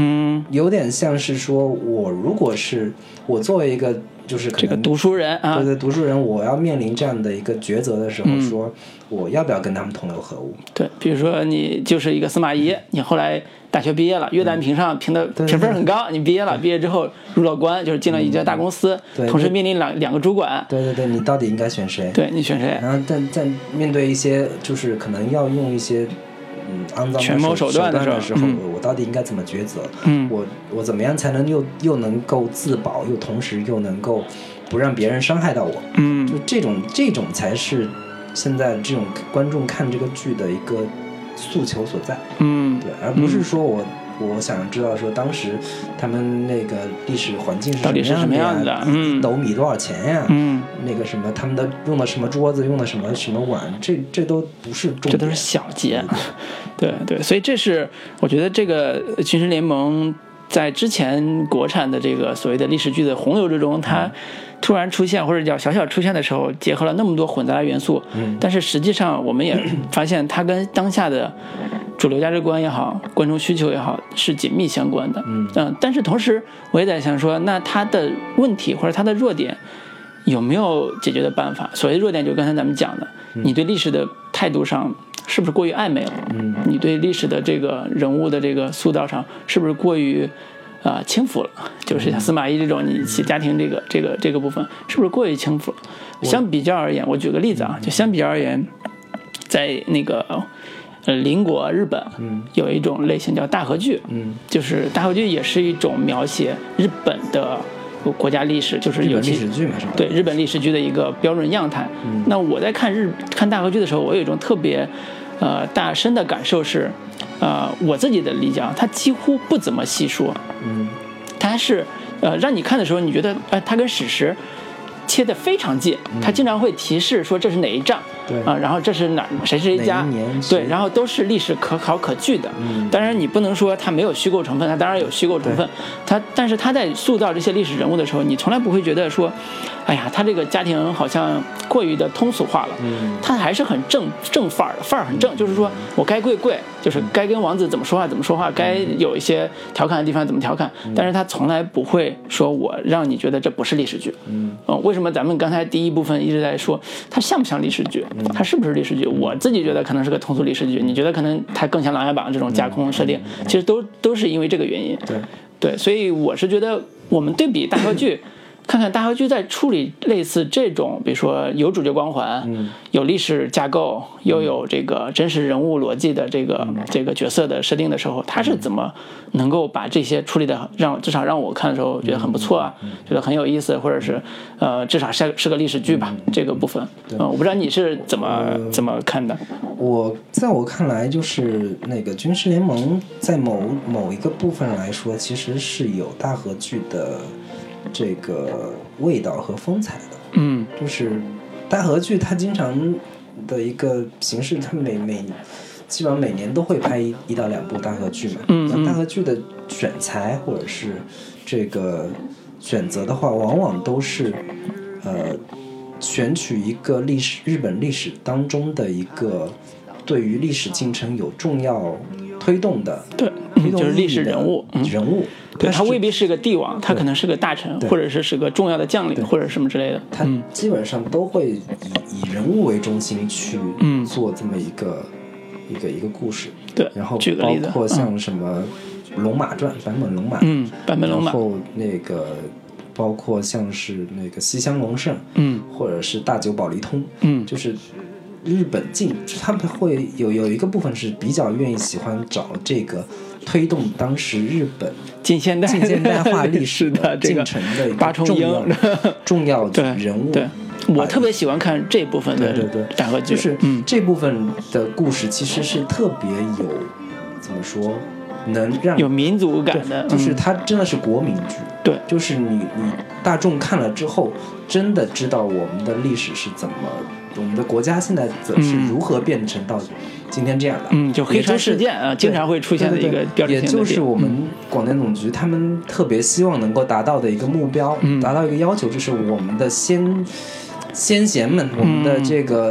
有点像是说，我如果是我作为一个就是可能这个读书人啊， 对读书人，我要面临这样的一个抉择的时候，说我要不要跟他们同流合污？ 对，比如说你就是一个司马懿，你后来大学毕业了，岳丹评上评分很高，你毕业了，毕业之后入了官，就是进了一家大公司，同时面临两个主管。 对，你到底应该选谁？ 对，你选谁？ 然后在面对一些就是可能要用一些肮脏权谋手段的时候，我到底应该怎么抉择？我怎么样才能又能够自保，又同时又能够不让别人伤害到我？就这种才是现在这种观众看这个剧的一个诉求所在。对，而不是说我想知道说当时他们那个历史环境是到底是什么样的， 一斗米多少钱呀？那个什么他们的用的什么桌子，用的什么碗，这都不是重点， 这都是小节。对，所以这是我觉得这个军事联盟在之前国产的这个所谓的历史剧的洪流之中，它突然出现或者叫小小出现的时候，结合了那么多混杂的元素，但是实际上我们也发现它跟当下的主流价值观也好，观众需求也好，是紧密相关的。但是同时我也在想说，那它的问题或者它的弱点有没有解决的办法？所谓弱点，就刚才咱们讲的，你对历史的态度上是不是过于暧昧了？你对历史的这个人物的这个塑造上是不是过于轻浮了？就是像司马懿这种，你写家庭这个部分是不是过于轻浮了？相比较而言，我举个例子啊，就相比而言，在那个邻国日本有一种类型叫大河剧，就是大河剧也是一种描写日本的国家历史，就是有历史剧嘛，是吧？ 对，日本历史剧的一个标准样态。那我在看大河剧的时候，我有一种特别大深的感受是，我自己的理解啊，它几乎不怎么细说，它是让你看的时候，你觉得它跟史实切得非常近，它经常会提示说这是哪一仗。然后这是谁是一家，对，然后都是历史可考可据的。当然你不能说它没有虚构成分，它当然有虚构成分。但是它在塑造这些历史人物的时候，你从来不会觉得说，哎呀，他这个家庭好像过于的通俗化了。他还是很正范儿的，范儿很正，就是说我该跪，就是该跟王子怎么说话，该有一些调侃的地方怎么调侃。但是他从来不会说我让你觉得这不是历史剧。为什么咱们刚才第一部分一直在说它像不像历史剧？它是不是历史剧？我自己觉得可能是个通俗历史剧，你觉得可能它更像《琅琊榜》这种架空设定，其实都是因为这个原因。对，所以我是觉得我们对比大河剧，看看大河剧在处理类似这种，比如说有主角光环，有历史架构，又有这个真实人物逻辑的这个角色的设定的时候，他是怎么能够把这些处理的至少让我看的时候觉得很不错啊，觉得很有意思，或者是至少是个历史剧吧，这个部分。我不知道你是怎么看的。 在我看来，就是那个军事联盟在某一个部分来说，其实是有大河剧的这个味道和风采的。就是大河剧它经常的一个形式，它基本上每年都会拍1到2部大河剧嘛。那大河剧的选材或者是这个选择的话，往往都是选取一个日本历史当中的一个对于历史进程有重要推动的， 对，就是历史人物。对，他未必是个帝王，他可能是个大臣，或者是个重要的将领，或者什么之类的。 他基本上都会以人物为中心去做这么一个故事。 对， 然后包括像什么《龙马传》版本龙马，然后那个包括像是那个西乡隆盛，或者是大久保利通，就是日本他们会有一个部分是比较愿意喜欢找这个推动当时日本近现代化历史的进程的一个重要的人物。 对，我特别喜欢看这部分的大河剧， 就是这部分的故事其实是特别有怎么说，能让有民族感的， 就是它真的是国民剧。 对， 就是你大众看了之后，真的知道我们的历史是怎么，我们的国家现在是如何变成到今天这样的。 就黑川事件啊，经常会出现的一个标志性的点。 也就是我们广电总局他们特别希望能够达到的一个目标，达到一个要求，就是我们的先贤们，我们的这个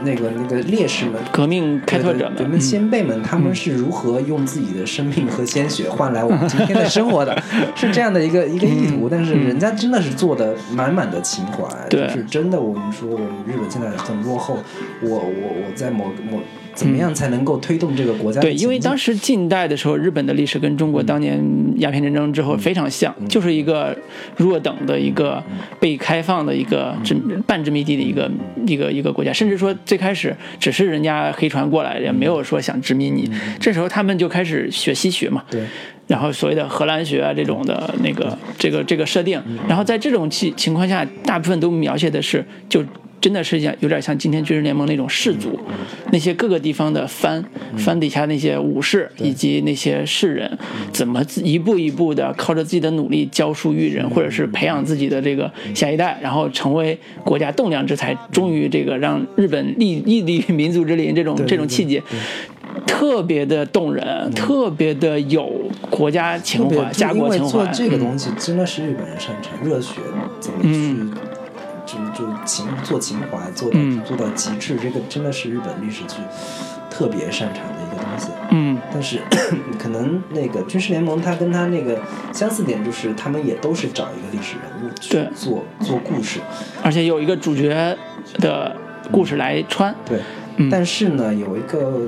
那个烈士们、 革命开拓者们、 我们先辈们，他们是如何用自己的生命和鲜血换来我们今天的生活的，是这样的一个意图。但是人家真的是做的满满的情怀，就是真的。我们说我们日本现在很落后，我在某怎么样才能够推动这个国家的前进？ 对，因为当时近代的时候，日本的历史跟中国当年鸦片战争之后非常像，就是一个弱等的一个被开放的一个半殖民地的一个国家，甚至说最开始只是人家黑船过来，也没有说想殖民你。这时候他们就开始学西学嘛， 对， 然后所谓的荷兰学啊这种的那个这个设定，然后在这种情况下，大部分都描写的是就。真的是有点像今天军事联盟那种士族，那些各个地方的藩底下那些武士以及那些士人，怎么一步一步的靠着自己的努力教书育人，或者是培养自己的这个下一代，然后成为国家栋梁之才，终于这个让日本屹立民族之林这种气节。特别的动人，特别的有国家情怀、家国情怀。 因为做这个东西真的是日本人擅长，热血怎么去。做情怀做到极致，这个真的是日本历史剧特别擅长的一个东西。但是可能那个军事联盟它跟它那个相似点就是他们也都是找一个历史人物去做故事， 而且有一个主角的故事来穿。 对，但是呢有一个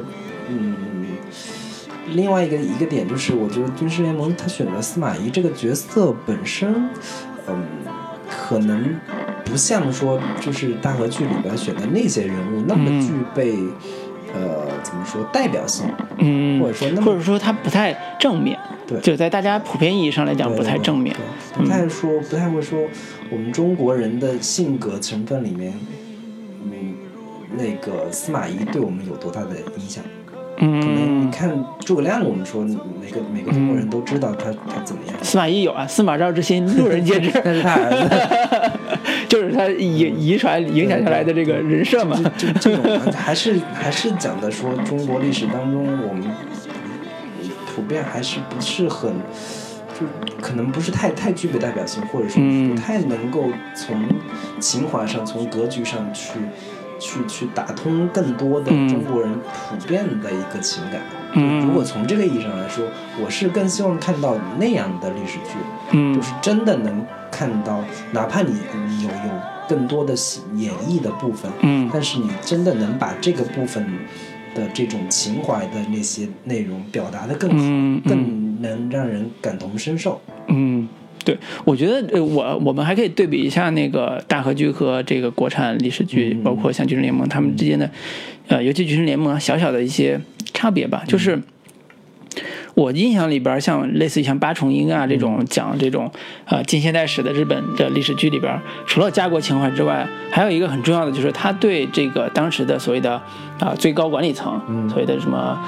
另外一个点就是，我觉得军事联盟他选择司马懿这个角色本身，可能不像说就是大河剧里边选的那些人物那么具备怎么说代表性，或者说他不太正面， 对， 就在大家普遍意义上来讲不太正面， 不太会说我们中国人的性格成分里面，那个司马懿对我们有多大的影响？可能你看诸葛亮，我们说每个中国人都知道他怎么样。 司马懿有啊，司马昭之心，路人皆知。 但是他儿子， 就是他遗传影响下来的这个人设嘛。 这种还是讲的说中国历史当中，我们普遍还是不是很，就可能不是太具备代表性，或者说不太能够从情怀上、从格局上去打通更多的中国人普遍的一个情感。如果从这个意义上来说，我是更希望看到那样的历史剧，就是真的能看到，哪怕你有更多的演绎的部分，但是你真的能把这个部分的这种情怀的那些内容表达得更好，更能让人感同身受。 对，我觉得我们还可以对比一下那个大河剧和这个国产历史剧，包括像军事联盟他们之间的，尤其军事联盟小小的一些差别吧。就是我印象里边，像类似于像八重樱啊这种讲这种近现代史的日本的历史剧里边，除了家国情怀之外，还有一个很重要的就是他对这个当时的所谓的最高管理层，所谓的什么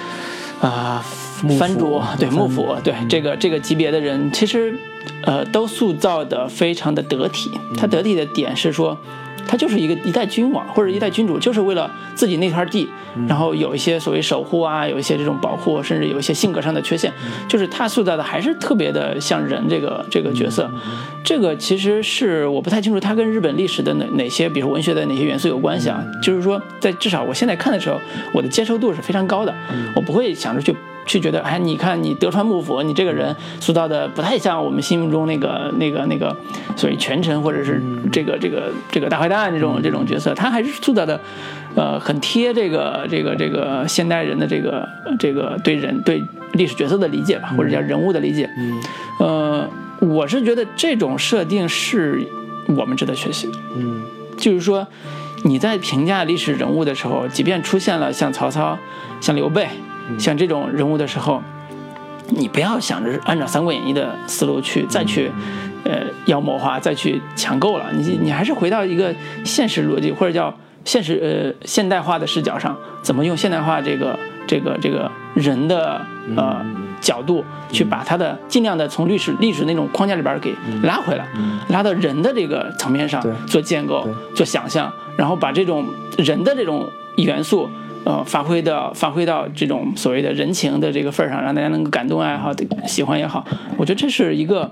藩主，对幕府，对这个级别的人，其实都塑造的非常的得体。他得体的点是说，他就是一代君王或者一代君主，就是为了自己那块地，然后有一些所谓守护啊，有一些这种保护，甚至有一些性格上的缺陷，就是他塑造的还是特别的像人这个角色。这个其实是我不太清楚他跟日本历史的哪些，比如文学的哪些元素有关系啊。就是说，在至少我现在看的时候，我的接受度是非常高的，我不会想着去觉得，哎，你看你德川幕府，你这个人塑造的不太像我们心目中那个所谓权臣或者是这个大坏蛋这种角色，他还是塑造的很贴这个现代人的这个对历史角色的理解吧，或者叫人物的理解。我是觉得这种设定是我们值得学习的。就是说你在评价历史人物的时候，即便出现了像曹操、像刘备、像这种人物的时候，你不要想着按照《三国演义》的思路再去妖魔化，再去强构了。你还是回到一个现实逻辑，或者叫现代化的视角上，怎么用现代化这个人的角度去把他的尽量的从历史那种框架里边给拉回来，拉到人的这个层面上做建构、做想象，然后把这种人的这种元素发挥到这种所谓的人情的这个份上，让大家能够感动也好，喜欢也好，我觉得这是一个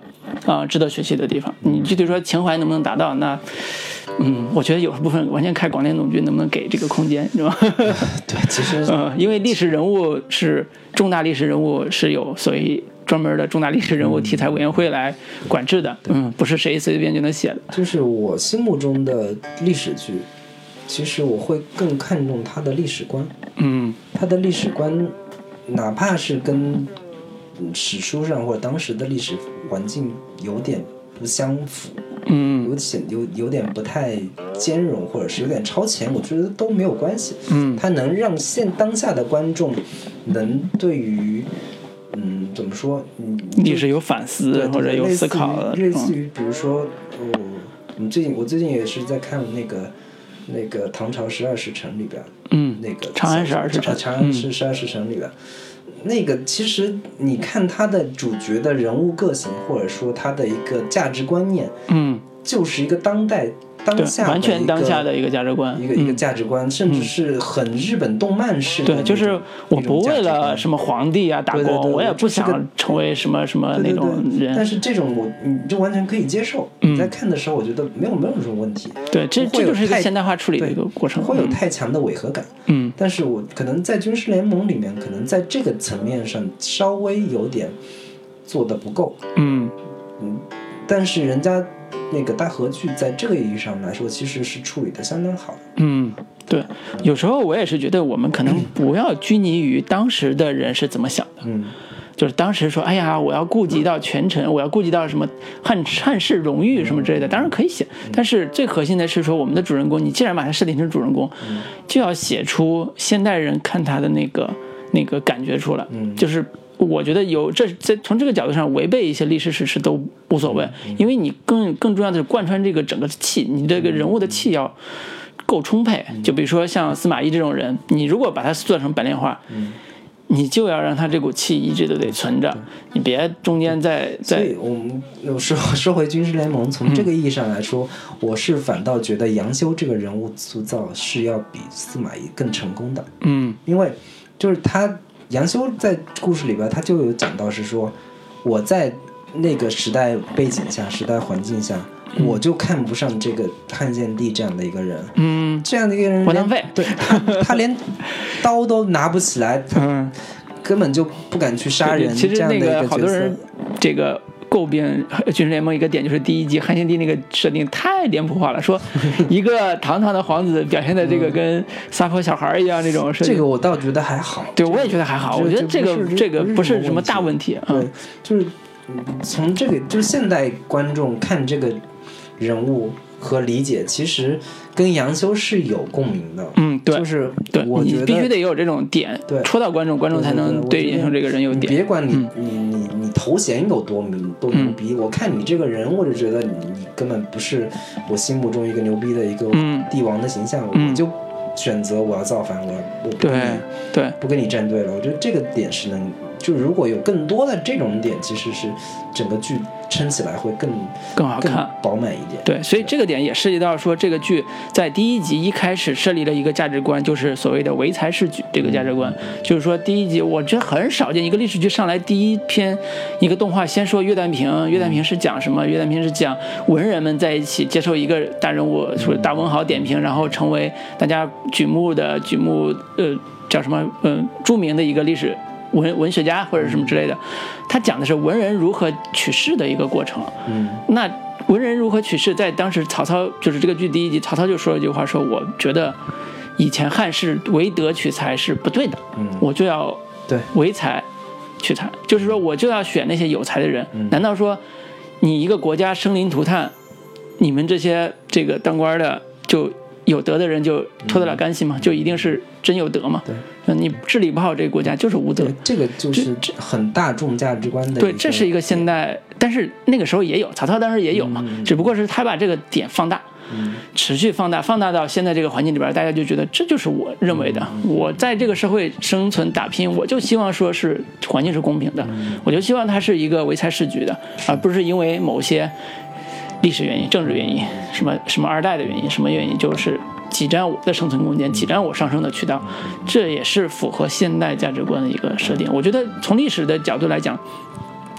值得学习的地方。你具体说情怀能不能达到，那我觉得有部分完全看广电总局能不能给这个空间，是吧？ 对，其实因为历史人物是重大历史人物是有所谓专门的重大历史人物题材委员会来管制的，不是谁随便就能写的。 就是我心目中的历史剧，其实我会更看重它的历史观。它的历史观，哪怕是跟史书上或者当时的历史环境有点不相符，有点不太兼容，或者是有点超前，我觉得都没有关系。它能让当下的观众能对于怎么说， 历史有反思或者有思考的， 类似于比如说，我最近也是在看那个唐朝12时辰里边，那个长安12时辰， 长安12时辰里边，那个其实你看他的主角的人物个性，或者说他的一个价值观念，就是一个当下完全当下的一个价值观， 一个价值观，甚至是很日本动漫式的。 对，就是我不为了什么皇帝啊打工，我也不想成为什么什么那种人。 但是这种你就完全可以接受。你在看的时候，我觉得没有什么问题。 对，这就是一个现代化处理的一个过程， 会有太强的违和感。但是我可能在军事联盟里面，可能在这个层面上稍微有点做得不够。但是人家那个大河剧在这个意义上来说，其实是处理的相当好的。 对，有时候我也是觉得我们可能不要拘泥于当时的人是怎么想的。就是当时说，哎呀，我要顾及到权臣，我要顾及到什么汉室荣誉什么之类的，当然可以写。但是最核心的是说，我们的主人公，你既然把他设定成主人公，就要写出现代人看他的那个感觉出来。就是我觉得从这个角度上违背一些历史事实都无所谓，因为你更重要的是贯穿这个整个气，你这个人物的气要够充沛。就比如说像司马懿这种人，你如果把他做成白莲花，你就要让他这股气一直都得存着，你别中间再。 所以我们说回军事联盟，从这个意义上来说，我是反倒觉得杨修这个人物塑造是要比司马懿更成功的。因为就是杨修在故事里边，他就有讲到是说，我在那个时代背景下、时代环境下，我就看不上这个汉献帝这样的一个人。这样的一个人， 活浪费。 对，他连刀都拿不起来，根本就不敢去杀人。 其实那个好多人这个诟病军事联盟一个点，就是第一集汉献帝那个设定太脸谱化了，说一个堂堂的皇子表现的这个跟撒泼小孩一样那种设定。 这个我倒觉得还好。 对，我也觉得还好。我觉得这个不是什么大问题。 对，就是从这个就是现代观众看这个人物和理解，其实跟杨修是有共鸣的。 对， 就是对， 我觉得你必须得有这种点， 对， 戳到观众才能对杨修这个人有点。 别管你头衔有多牛逼，我看你这个人，我就觉得你根本不是我心目中一个牛逼的一个帝王的形象，我就选择我要造反，我不跟你站队了。我觉得这个点是能。就如果有更多的这种点，其实是整个剧撑起来会更好看、 饱满一点。 对，所以这个点也涉及到说，这个剧在第一集一开始设立了一个价值观，就是所谓的唯才是举这个价值观。就是说，第一集我觉得很少见一个历史剧上来第一篇一个动画先说岳旦平，岳旦平是讲什么？岳旦平是讲文人们在一起接受一个大人物，说大文豪点评，然后成为大家举目叫什么著名的一个历史。文学家或者什么之类的，他讲的是文人如何取士的一个过程。那文人如何取士，在当时曹操就是这个剧第一集，曹操就说了一句话，说我觉得以前汉室唯德取才是不对的，我就要唯才取才，就是说我就要选那些有才的人。难道说你一个国家生灵涂炭，你们这些这个当官的就有德的人就脱得了干系吗？就一定是真有德吗？ 对， 你治理不好这个国家就是无德。 这个就是很大众价值观的。 对，这是一个现代，但是那个时候也有，曹操当时也有嘛，只不过是他把这个点放大，持续放大到现在这个环境里边，大家就觉得这就是我认为的。我在这个社会生存打拼，我就希望说是环境是公平的，我就希望它是一个唯才是举的，而不是因为某些历史原因、政治原因、什么二代的原因、什么原因，就是挤占我的生存空间，挤占我上升的渠道。这也是符合现代价值观的一个设定。我觉得从历史的角度来讲，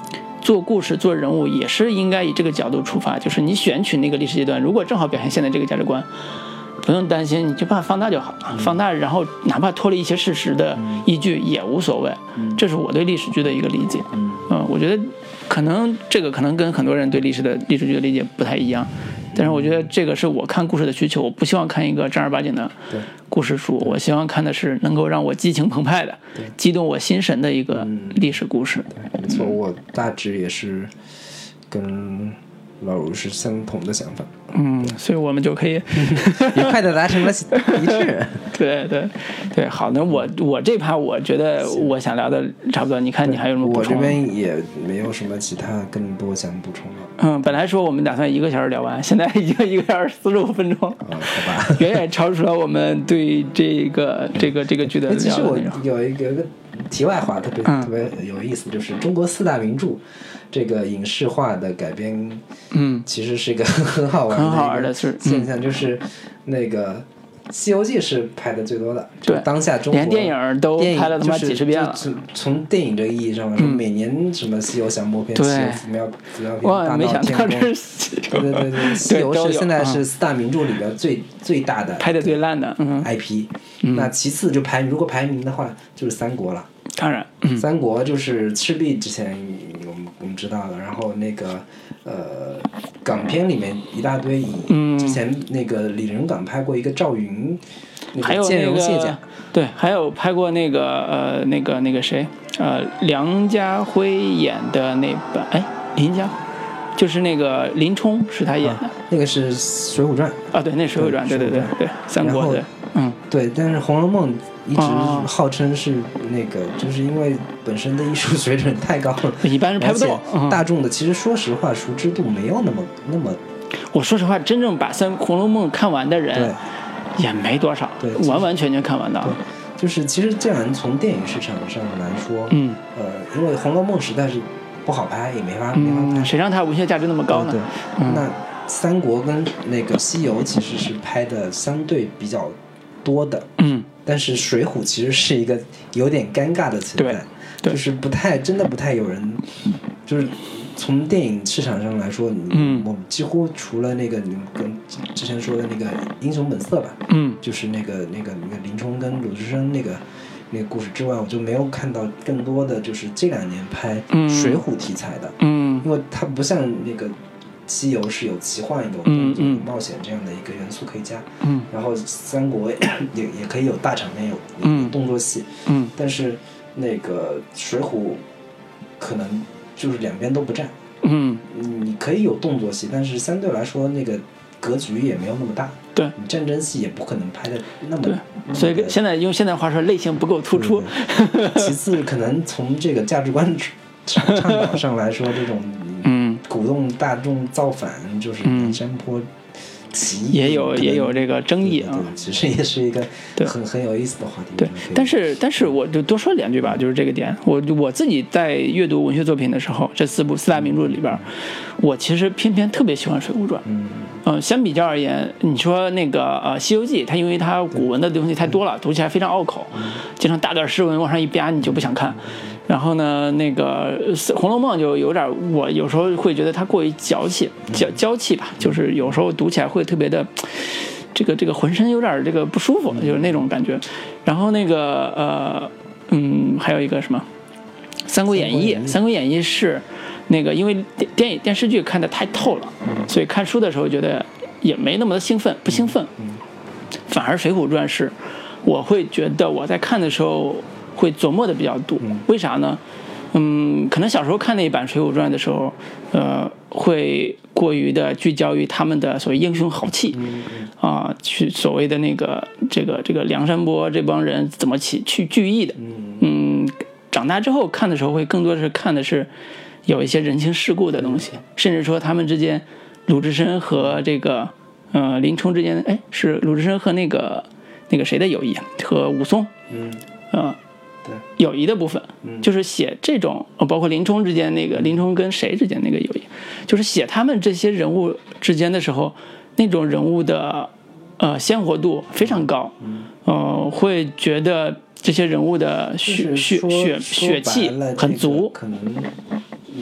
做故事做人物也是应该以这个角度出发，就是你选取那个历史阶段，如果正好表现现在这个价值观，不用担心，你就把它放大就好了，放大，然后哪怕脱离一些事实的依据也无所谓，这是我对历史剧的一个理解。我觉得可能跟很多人对历史剧的理解不太一样，但是我觉得这个是我看故事的需求，我不希望看一个正儿八经的故事书，我希望看的是能够让我激情澎湃的、激动我心神的一个历史故事。 没错，我大致也是跟老卢是相同的想法。 所以我们就可以愉快的达成了一致。 对，好，那我这趴我觉得我想聊的差不多，你看你还有什么补充？ 我这边也没有什么其他更多想补充的。 本来说我们打算1个小时聊完，现在已经1个小时45分钟了， 好吧， 远远超出了我们对这个剧的聊的内容。 其实我有一个题外话特别有意思，就是中国4大名著这个影视化的改编，其实是一个很好玩的现象，就是那个《西游记》是拍的最多的，就当下中国连电影都拍了他妈几十遍了。 从电影这个意义上来说，每年什么西游降魔篇、西游伏妖篇、大闹天宫，对，西游是现在是4大名著里边最大的， 拍的最烂的 IP。那其次就如果排名的话，就是三国了。 当然， 三国就是赤壁之前我们知道的，然后那个港片里面一大堆，之前那个李仁港拍过一个赵云， 还有剑蓉卸甲， 对，还有拍过那个谁梁家辉演的那本林家。就是那个林冲是他演的， 那个是《水浒传》 啊，对，那《水浒传》，对，三国对， 对，但是《红楼梦》一直号称是那个，就是因为本身的艺术水准太高了， 一般人拍不动， 大众的其实说实话熟知度没有那么。 我说实话，真正把《红楼梦》看完的人也没多少， 对， 完完全全看完的。 就是其实这样从电影市场上来说，因为《红楼梦》实在是不好拍，也没法拍， 谁让它文学价值那么高呢？ 那三国跟那个西游其实是拍的相对比较多的，但是水浒其实是一个有点尴尬的存在，就是不太有人，就是从电影市场上来说，我们几乎除了那个你跟之前说的那个《英雄本色》吧，就是那个林冲跟鲁智深那个故事之外，我就没有看到更多的就是这2年拍水浒题材的，因为它不像那个西游是有奇幻、有动作、有冒险这样的一个元素可以加，然后三国也可以有大场面、有动作戏，但是那个水浒可能就是两边都不占，你可以有动作戏，但是相对来说那个格局也没有那么大， 对， 你战争戏也不可能拍的那么， 对，所以现在用现在话说，类型不够突出。 其次，可能从这个价值观倡导上来说，这种鼓动大众造反，就是山坡起义， 也有这个争议啊。 对，其实也是一个很有意思的话题。 对，但是我就多说2句吧，就是这个点，我自己在阅读文学作品的时候，这4大名著里边，我其实偏偏特别喜欢《水浒传》。相比较而言，你说那个《西游记》，它因为它古文的东西太多了，读起来非常拗口，经常大段诗文往上一吧，你就不想看。然后呢，那个《红楼梦》就有点，我有时候会觉得它过于娇气吧，就是有时候读起来会特别的，这个浑身有点这个不舒服，就是那种感觉。然后那个还有一个什么《三国演义》，《三国演义》是那个因为电视剧看得太透了，所以看书的时候觉得也没那么的不兴奋，反而《水浒传》是我会觉得我在看的时候会琢磨的比较多。为啥呢？可能小时候看那一版《水浒传》的时候，会过于的聚焦于他们的所谓英雄豪气，去所谓的那个这个梁山泊这帮人怎么去聚义的。长大之后看的时候，会更多的是看的是有一些人情世故的东西，甚至说他们之间，鲁智深和这个林冲之间，是鲁智深和那个谁的友谊，和武松， 对， 友谊的部分，就是写这种，包括林冲之间那个林冲跟谁之间那个友谊，就是写他们这些人物之间的时候，那种人物的鲜活度非常高，会觉得这些人物的血气很足， 可能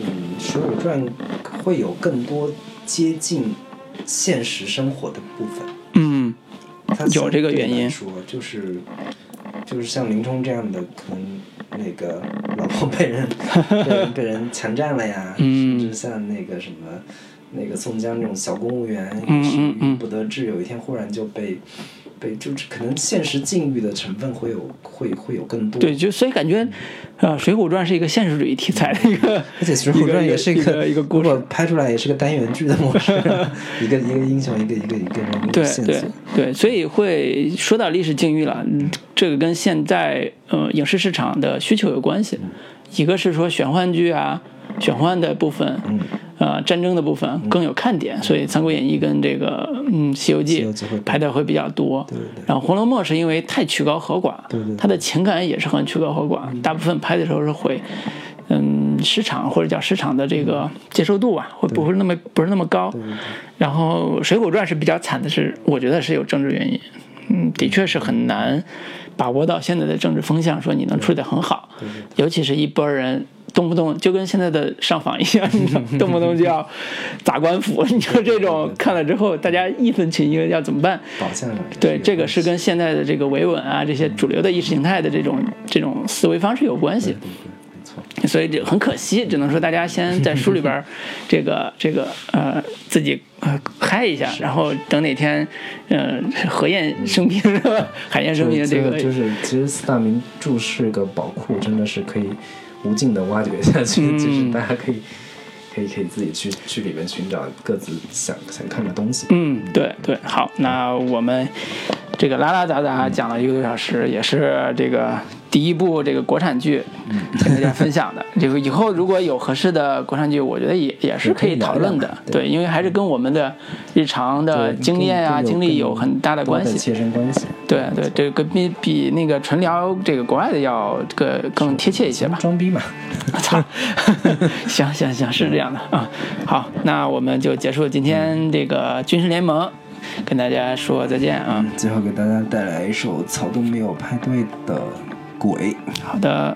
水浒传会有更多接近现实生活的部分。它有这个原因。 说就是像林冲这样的，可能那个老婆被人强占了呀，甚至像那个什么那个宋江这种小公务员，不得志，有一天忽然就被就是可能现实境遇的成分会有更多。 对，就所以感觉水浒传是一个现实主义题材的一个， 而且水浒传也是一个故事， 如果拍出来也是个单元剧的模式，一个英雄，一个人物线索。 对，所以会说到历史境遇了，这个跟现在影视市场的需求有关系。一个是说玄幻剧啊，玄幻的部分，战争的部分更有看点，所以《三国演义》跟这个西游记拍的会比较多。 对， 然后《红楼梦》是因为太曲高和寡，它的情感也是很曲高和寡，大部分拍的时候是会市场或者叫市场的这个接受度会不是那么高。然后《水浒传》是比较惨的是，我觉得是有政治原因，的确是很难把握到现在的政治风向，说你能处理得很好，尤其是一波人动不动就跟现在的上访一样，动不动就要砸官府，你说这种看了之后大家义愤群英，要怎么办？对，这个是跟现在的这个维稳啊，这些主流的意识形态的这种思维方式有关系。所以这很可惜，只能说大家先在书里边这个自己嗨一下，然后等哪天河燕生平是吧？海燕生平这个就是其实四大名著是个宝库，真的是可以无尽的挖掘下去。其实大家可以自己去里面寻找各自想看的东西。 对，好，那我们这个拉拉杂杂讲了1个多小时，也是这个第一部这个国产剧跟大家分享的。这个以后如果有合适的国产剧，我觉得也是可以讨论的。对，因为还是跟我们的日常的经验啊、经历有很大的关系， 切身关系。 对，这个比那个纯聊这个国外的要更贴切一些吧。 装逼嘛， 操！行，是这样的啊。好，那我们就结束今天这个军事联盟，跟大家说再见啊。 最后给大家带来一首草东没有派对的鬼。 好的。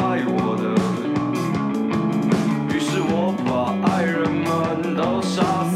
爱人们都杀死